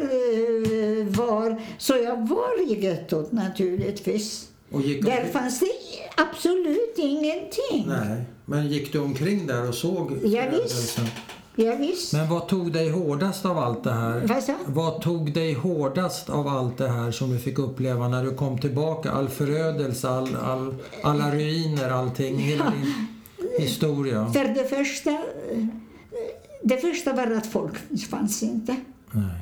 Så jag var i gettot naturligtvis. Där fanns det absolut ingenting. Nej, men gick du omkring där och såg? Ja, visst. Men vad tog dig hårdast av allt det här? Vad tog dig hårdast av allt det här som du fick uppleva när du kom tillbaka? All förödelse, alla ruiner, allting, hela din historia. För det första var att folk fanns inte. Nej.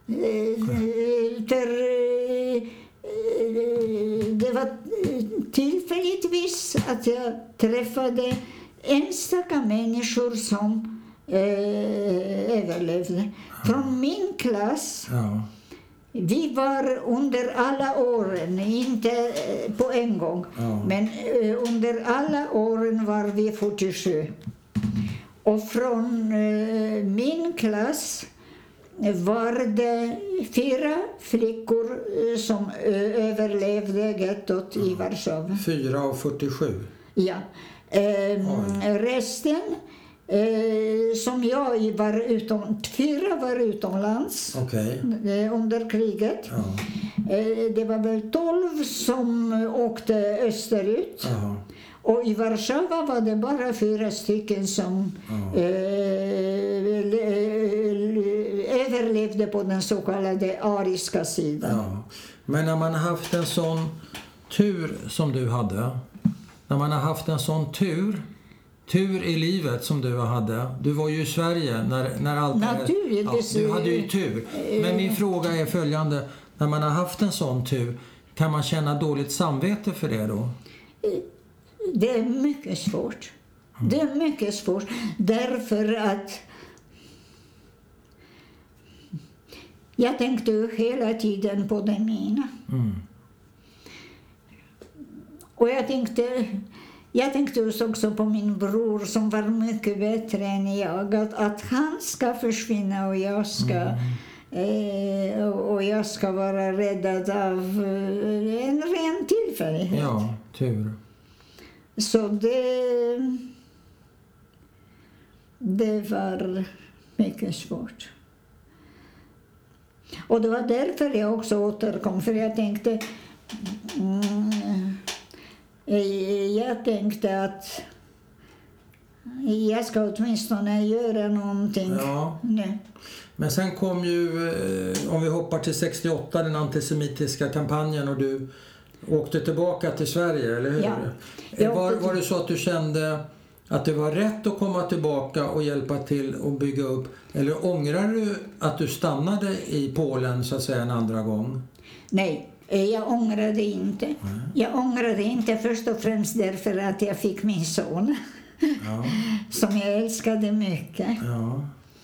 Det var tillfälligtvis att jag träffade enstaka människor som överlevde. Från min klass, vi var under alla åren, inte på en gång, men under alla åren var vi 47. Och från min klass var det 4 flickor som överlevde gettot i Warszawa. 4 av 47? Ja. Resten, som jag var 4 var utomlands under kriget. Det var väl 12 som åkte österut. Och i Warszawa var det bara 4 stycken som överlevde på den så kallade ariska sidan. Ja. Men när man har haft en sån tur som du hade, när man har haft en sån tur i livet som du hade, du var ju i Sverige när allt naturligtvis. Du hade ju tur. Men min fråga är följande, när man har haft en sån tur, kan man känna dåligt samvete för det då? Det är mycket svårt. Det är mycket svårt. Därför att jag tänkte ju hela tiden på det mina. Och jag tänkte också på min bror som var mycket bättre än jag. Att han ska försvinna och jag ska vara räddad av en ren tillfällighet. Ja, tur. Så det var mycket svårt. Och det var därför jag också återkom. För jag tänkte att jag ska åtminstone göra någonting. Ja. Nej. Men sen kom ju, om vi hoppar till 68, den antisemitiska kampanjen och du åkte tillbaka till Sverige, eller hur? Ja. Var det så att du kände att det var rätt att komma tillbaka och hjälpa till och bygga upp? Eller ångrar du att du stannade i Polen så att säga en andra gång? Nej, jag ångrade inte. Jag ångrade inte först och främst därför att jag fick min son. Som jag älskade mycket. Ja.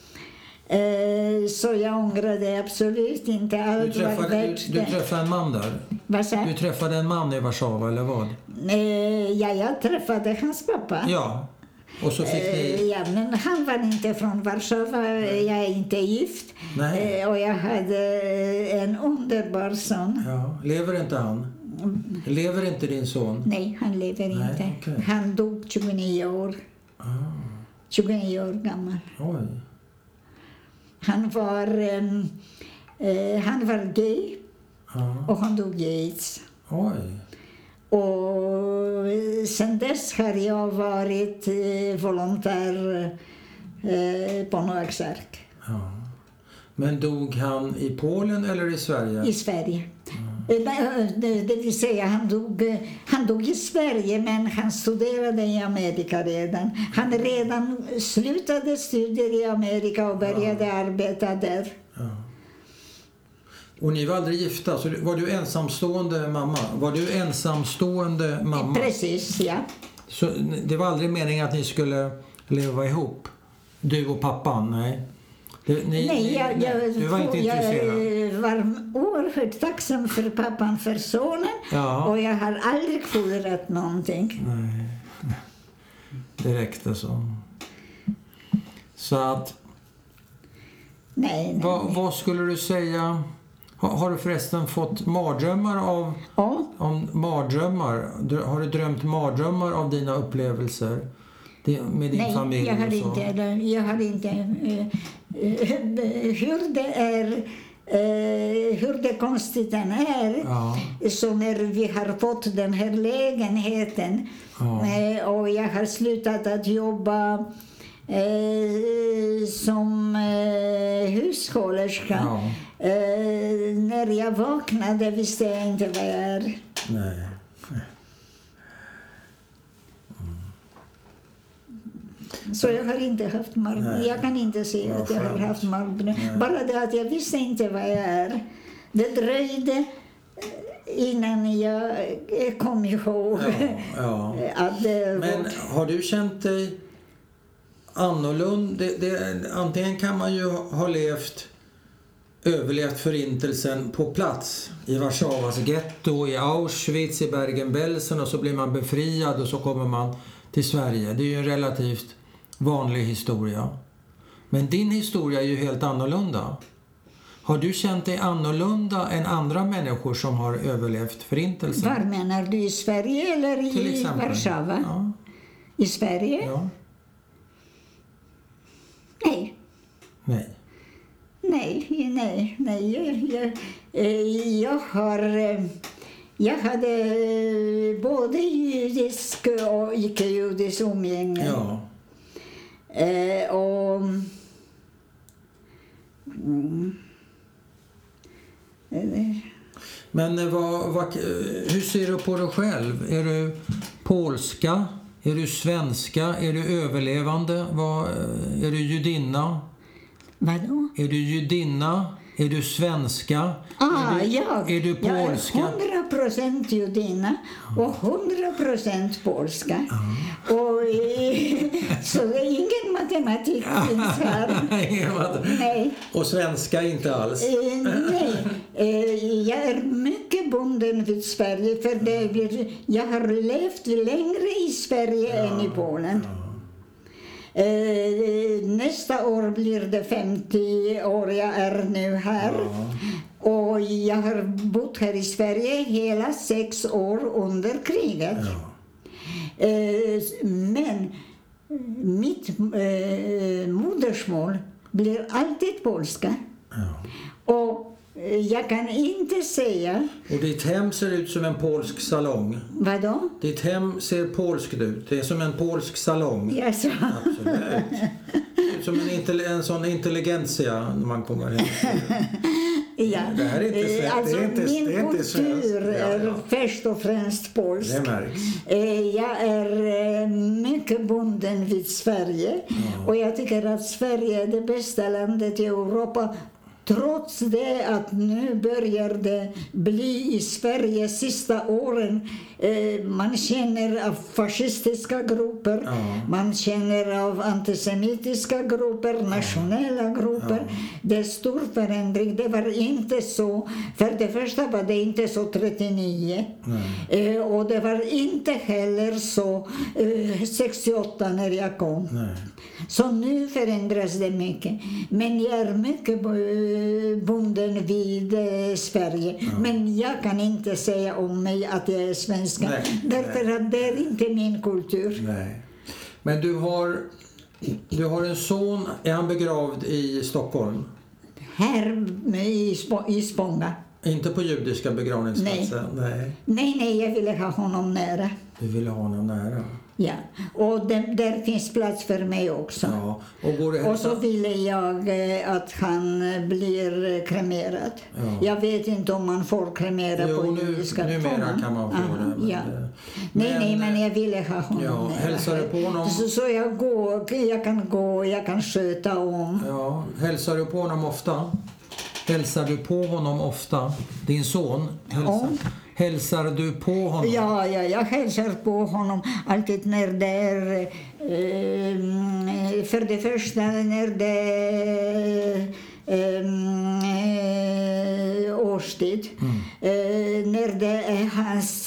Så jag ångrade absolut inte. Allt du träffade en man där? Vad sa? Du träffade en man i Warszawa, eller vad? Jag träffade hans pappa. Ja, och så fick ni... Ja, men han var inte från Warszawa. Jag är inte gift. Nej. Och jag hade en underbar son. Ja, lever inte han? Lever inte din son? Nej, han lever inte. Okay. Han dog 29 år. 29 år gammal. Oj. Han var gay och han dog i AIDS. Oj. Och sen dess har jag varit volontär på Noaks ark. Ja. Men dog han i Polen eller i Sverige? I Sverige. Det vill säga han dog i Sverige, men han studerade i Amerika redan. Han redan slutade studier i Amerika och började arbeta där. Ja. Och ni var aldrig gifta, så var du ensamstående mamma? Var du ensamstående mamma? Precis, ja. Så det var aldrig meningen att ni skulle leva ihop? Du och pappan, nej? Du var inte intresserad? Jag var oerhört tacksam för pappan, för sonen. Ja. Och jag har aldrig fordrat någonting. Nej, det räckte så. Så att... Nej. Vad skulle du säga... Har du förresten fått mardrömmar av... Ja. Om mardrömmar? Har du drömt mardrömmar av dina upplevelser med din familj? Nej, jag har inte. hur det är, hur det konstigt den är. Så när vi har fått den här lägenheten och jag har slutat att jobba som hushållerska. När jag vaknade visste jag inte vad jag är. Nej. Så jag har inte haft mardrömmar. Jag kan inte säga att jag har haft mardrömmar. Bara det att jag visste inte vad jag är. Det dröjde innan jag kom ihåg att det Men har du känt dig annorlunda? Antingen kan man ju ha överlevt förintelsen på plats i Warszawas getto, i Auschwitz, i Bergen-Belsen, och så blir man befriad och så kommer man till Sverige. Det är ju en relativt vanlig historia. Men din historia är ju helt annorlunda. Har du känt dig annorlunda än andra människor som har överlevt förintelsen? Var menar du? I Sverige eller i Warszawa? Ja. I Sverige? Ja. Nej. Nej. Jag hade både judisk och icke-judisk umgänge. Ja. Men hur ser du på dig själv? Är du polska? Är du svenska? Är du överlevande? Är du judinna? Vadå? Är du judinna? Är du svenska? Är du polska? Jag är 100% judinna och 100% polska. Och, så det är ingen matematik finns här. Nej. Och svenska inte alls? Nej. Jag är mycket bunden vid Sverige. För jag har levt längre i Sverige än i Polen. Nästa år blir det 50 år jag är nu här. Och jag har bott här i Sverige hela 6 år under kriget. Men mitt modersmål blir alltid polska. Och jag kan inte säga... Och ditt hem ser ut som en polsk salong. Vadå? Ditt hem ser polskt ut. Det är som en polsk salong. Yes. Absolut. Som en sån intelligentsia när man kommer hem. Ja. Det här är inte alltså, det är inte, min det är inte kultur är först och främst polsk. Det märks. Jag är mycket bunden vid Sverige. Och jag tycker att Sverige är det bästa landet i Europa. Trots det att nu börjar det bli i Sverige sista åren, man känner av fascistiska grupper, man känner av antisemitiska grupper, nationella grupper. Det är stor förändring. Det var inte så, för det första var det inte så 39 och det var inte heller så 68 när jag kom. Så nu förändras det mycket. Men jag är mycket bunden vid Sverige. Men jag kan inte säga om mig att jag är svenska. Därför att det är inte min kultur. Nej. Men du har en son. Är han begravd i Stockholm? Här i Spånga. Inte på judiska begravningsplatsen? Nej, jag ville ha honom nära. Du ville ha honom nära? Ja, och där finns plats för mig också. Ja. Och så ville jag att han blir kremerad. Ja. Jag vet inte om man får kremera på judiska numera kan man få det. Ja. Men jag ville ha honom nära. Hälsar du på honom? Så jag kan sköta om. Ja. Hälsar du på honom ofta? Hälsar du på honom ofta? Din son? Hälsar du på honom? Ja, jag hälsar på honom alltid när det är... för det första när det är årstid. När det är hans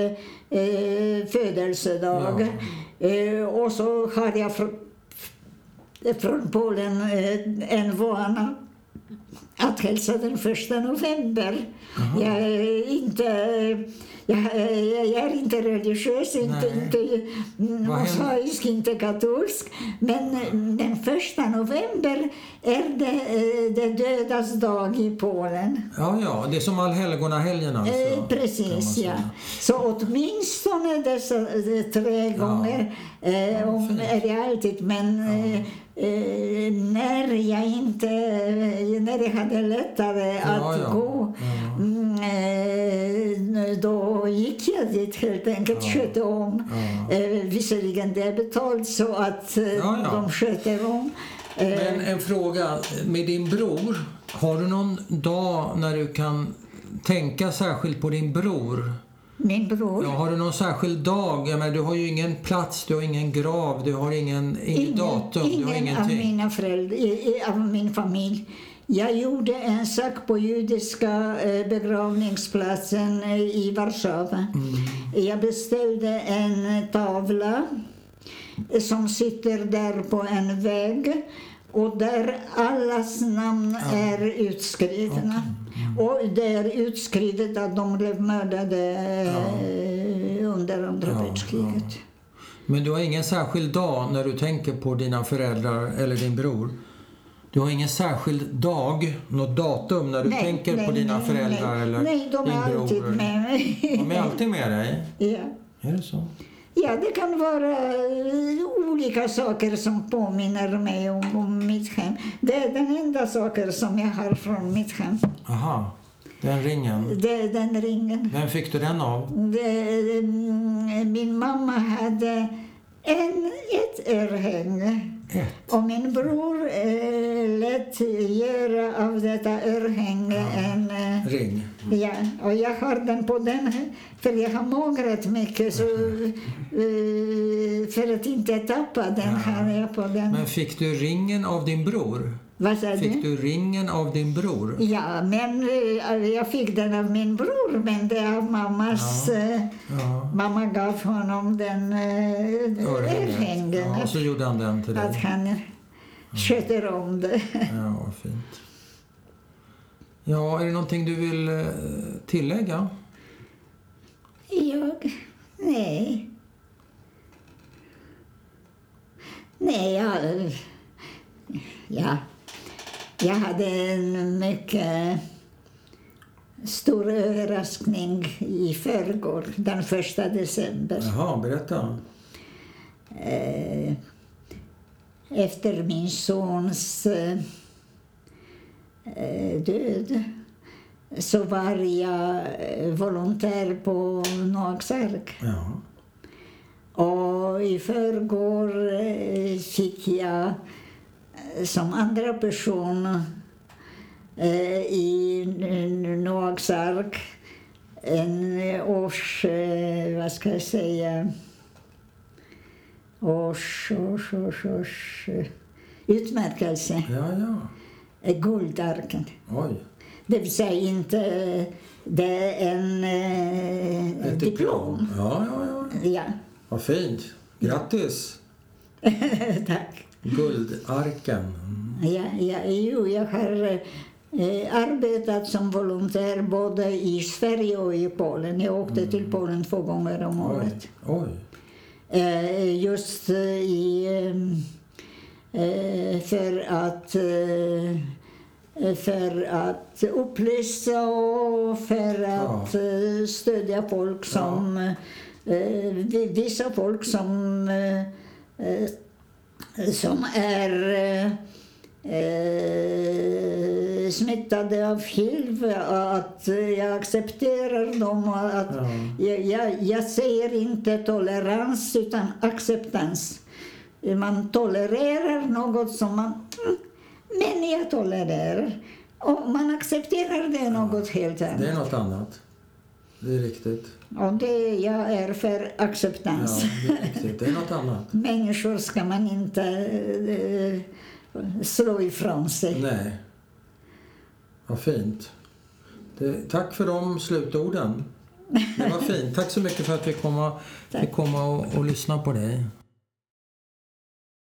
födelsedag. Och så har jag från Polen en vana att hälsa den 1 november. Jag är inte Jag är inte religiös, inte mosaisk, inte katolsk. Men den 1 november är det dödas dag i Polen. Ja, det är som allhelgonahelgen alltså. Precis, ja. Så åtminstone dessa 3 gånger är det alltid. Men när jag hade lättare att gå, då gick jag dit helt enkelt, skötte om. Visserligen det är betalt så att de sköter om. Men en fråga, med din bror, har du någon dag när du kan tänka särskilt på din bror? Min bror? Ja, har du någon särskild dag? Men du har ju ingen plats, du har ingen grav, du har inget datum, du har ingenting. Ingen av mina föräldrar, av min familj. Jag gjorde en sak på judiska begravningsplatsen i Warszawa. Jag beställde en tavla som sitter där på en vägg och där allas namn är utskrivna. Och det är utskrivet att de blev mördade under andra världskriget. Men du har ingen särskild dag när du tänker på dina föräldrar eller din bror? Du har ingen särskild dag, något datum när du tänker på dina föräldrar eller din bror? Nej, de är alltid med mig. De är alltid med dig? Ja. Är det så? Ja, det kan vara olika saker som påminner mig om mitt hem. Det är den enda saker som jag har från mitt hem. Aha, den ringen. Den ringen. Vem fick du den av? Min mamma hade ett örhänge. Och min bror lät göra av detta örhänge en ring. Ja, och jag har den på den, för jag har magrat mycket, så för att inte tappa den har jag på den. Men fick du ringen av din bror? Vad sa du? Fick du ringen av din bror? Ja, men jag fick den av min bror, men det av mammas. Mamma gav honom den örhängen. Ja, och så gjorde han den till dig. Att han sköter om det. Ja, vad fint. Ja, är det någonting du vill tillägga? Nej, jag hade en mycket stor överraskning i förrgår, den 1 december. Jaha, berätta. Efter min sons död så var jag volontär på Noaks ark. Ja. Och i förrgår fick jag som andra person i Noaks ark en utmärkelse. Guldarken. Oj. Det vill säga inte, det är ett diplom. Ja. Vad fint. Grattis. Tack. Guldarken. Jag har arbetat som volontär både i Sverige och i Polen. Jag åkte till Polen 2 gånger om året. Oj. Just för att upplysa och för att stödja folk som vissa folk som är smittade av HIV, att jag accepterar dem. Att jag säger inte tolerans utan acceptans. Man tolererar något som man... Men jag tolererar. Och man accepterar det något helt annat. Det är något annat. Det är riktigt. Och jag är för acceptans. Ja, det är riktigt. Det är något annat. Människor ska man inte slå ifrån sig. Nej. Vad fint. Tack för de slutorden. Det var fint. Tack så mycket för att vi fick komma och lyssna på dig.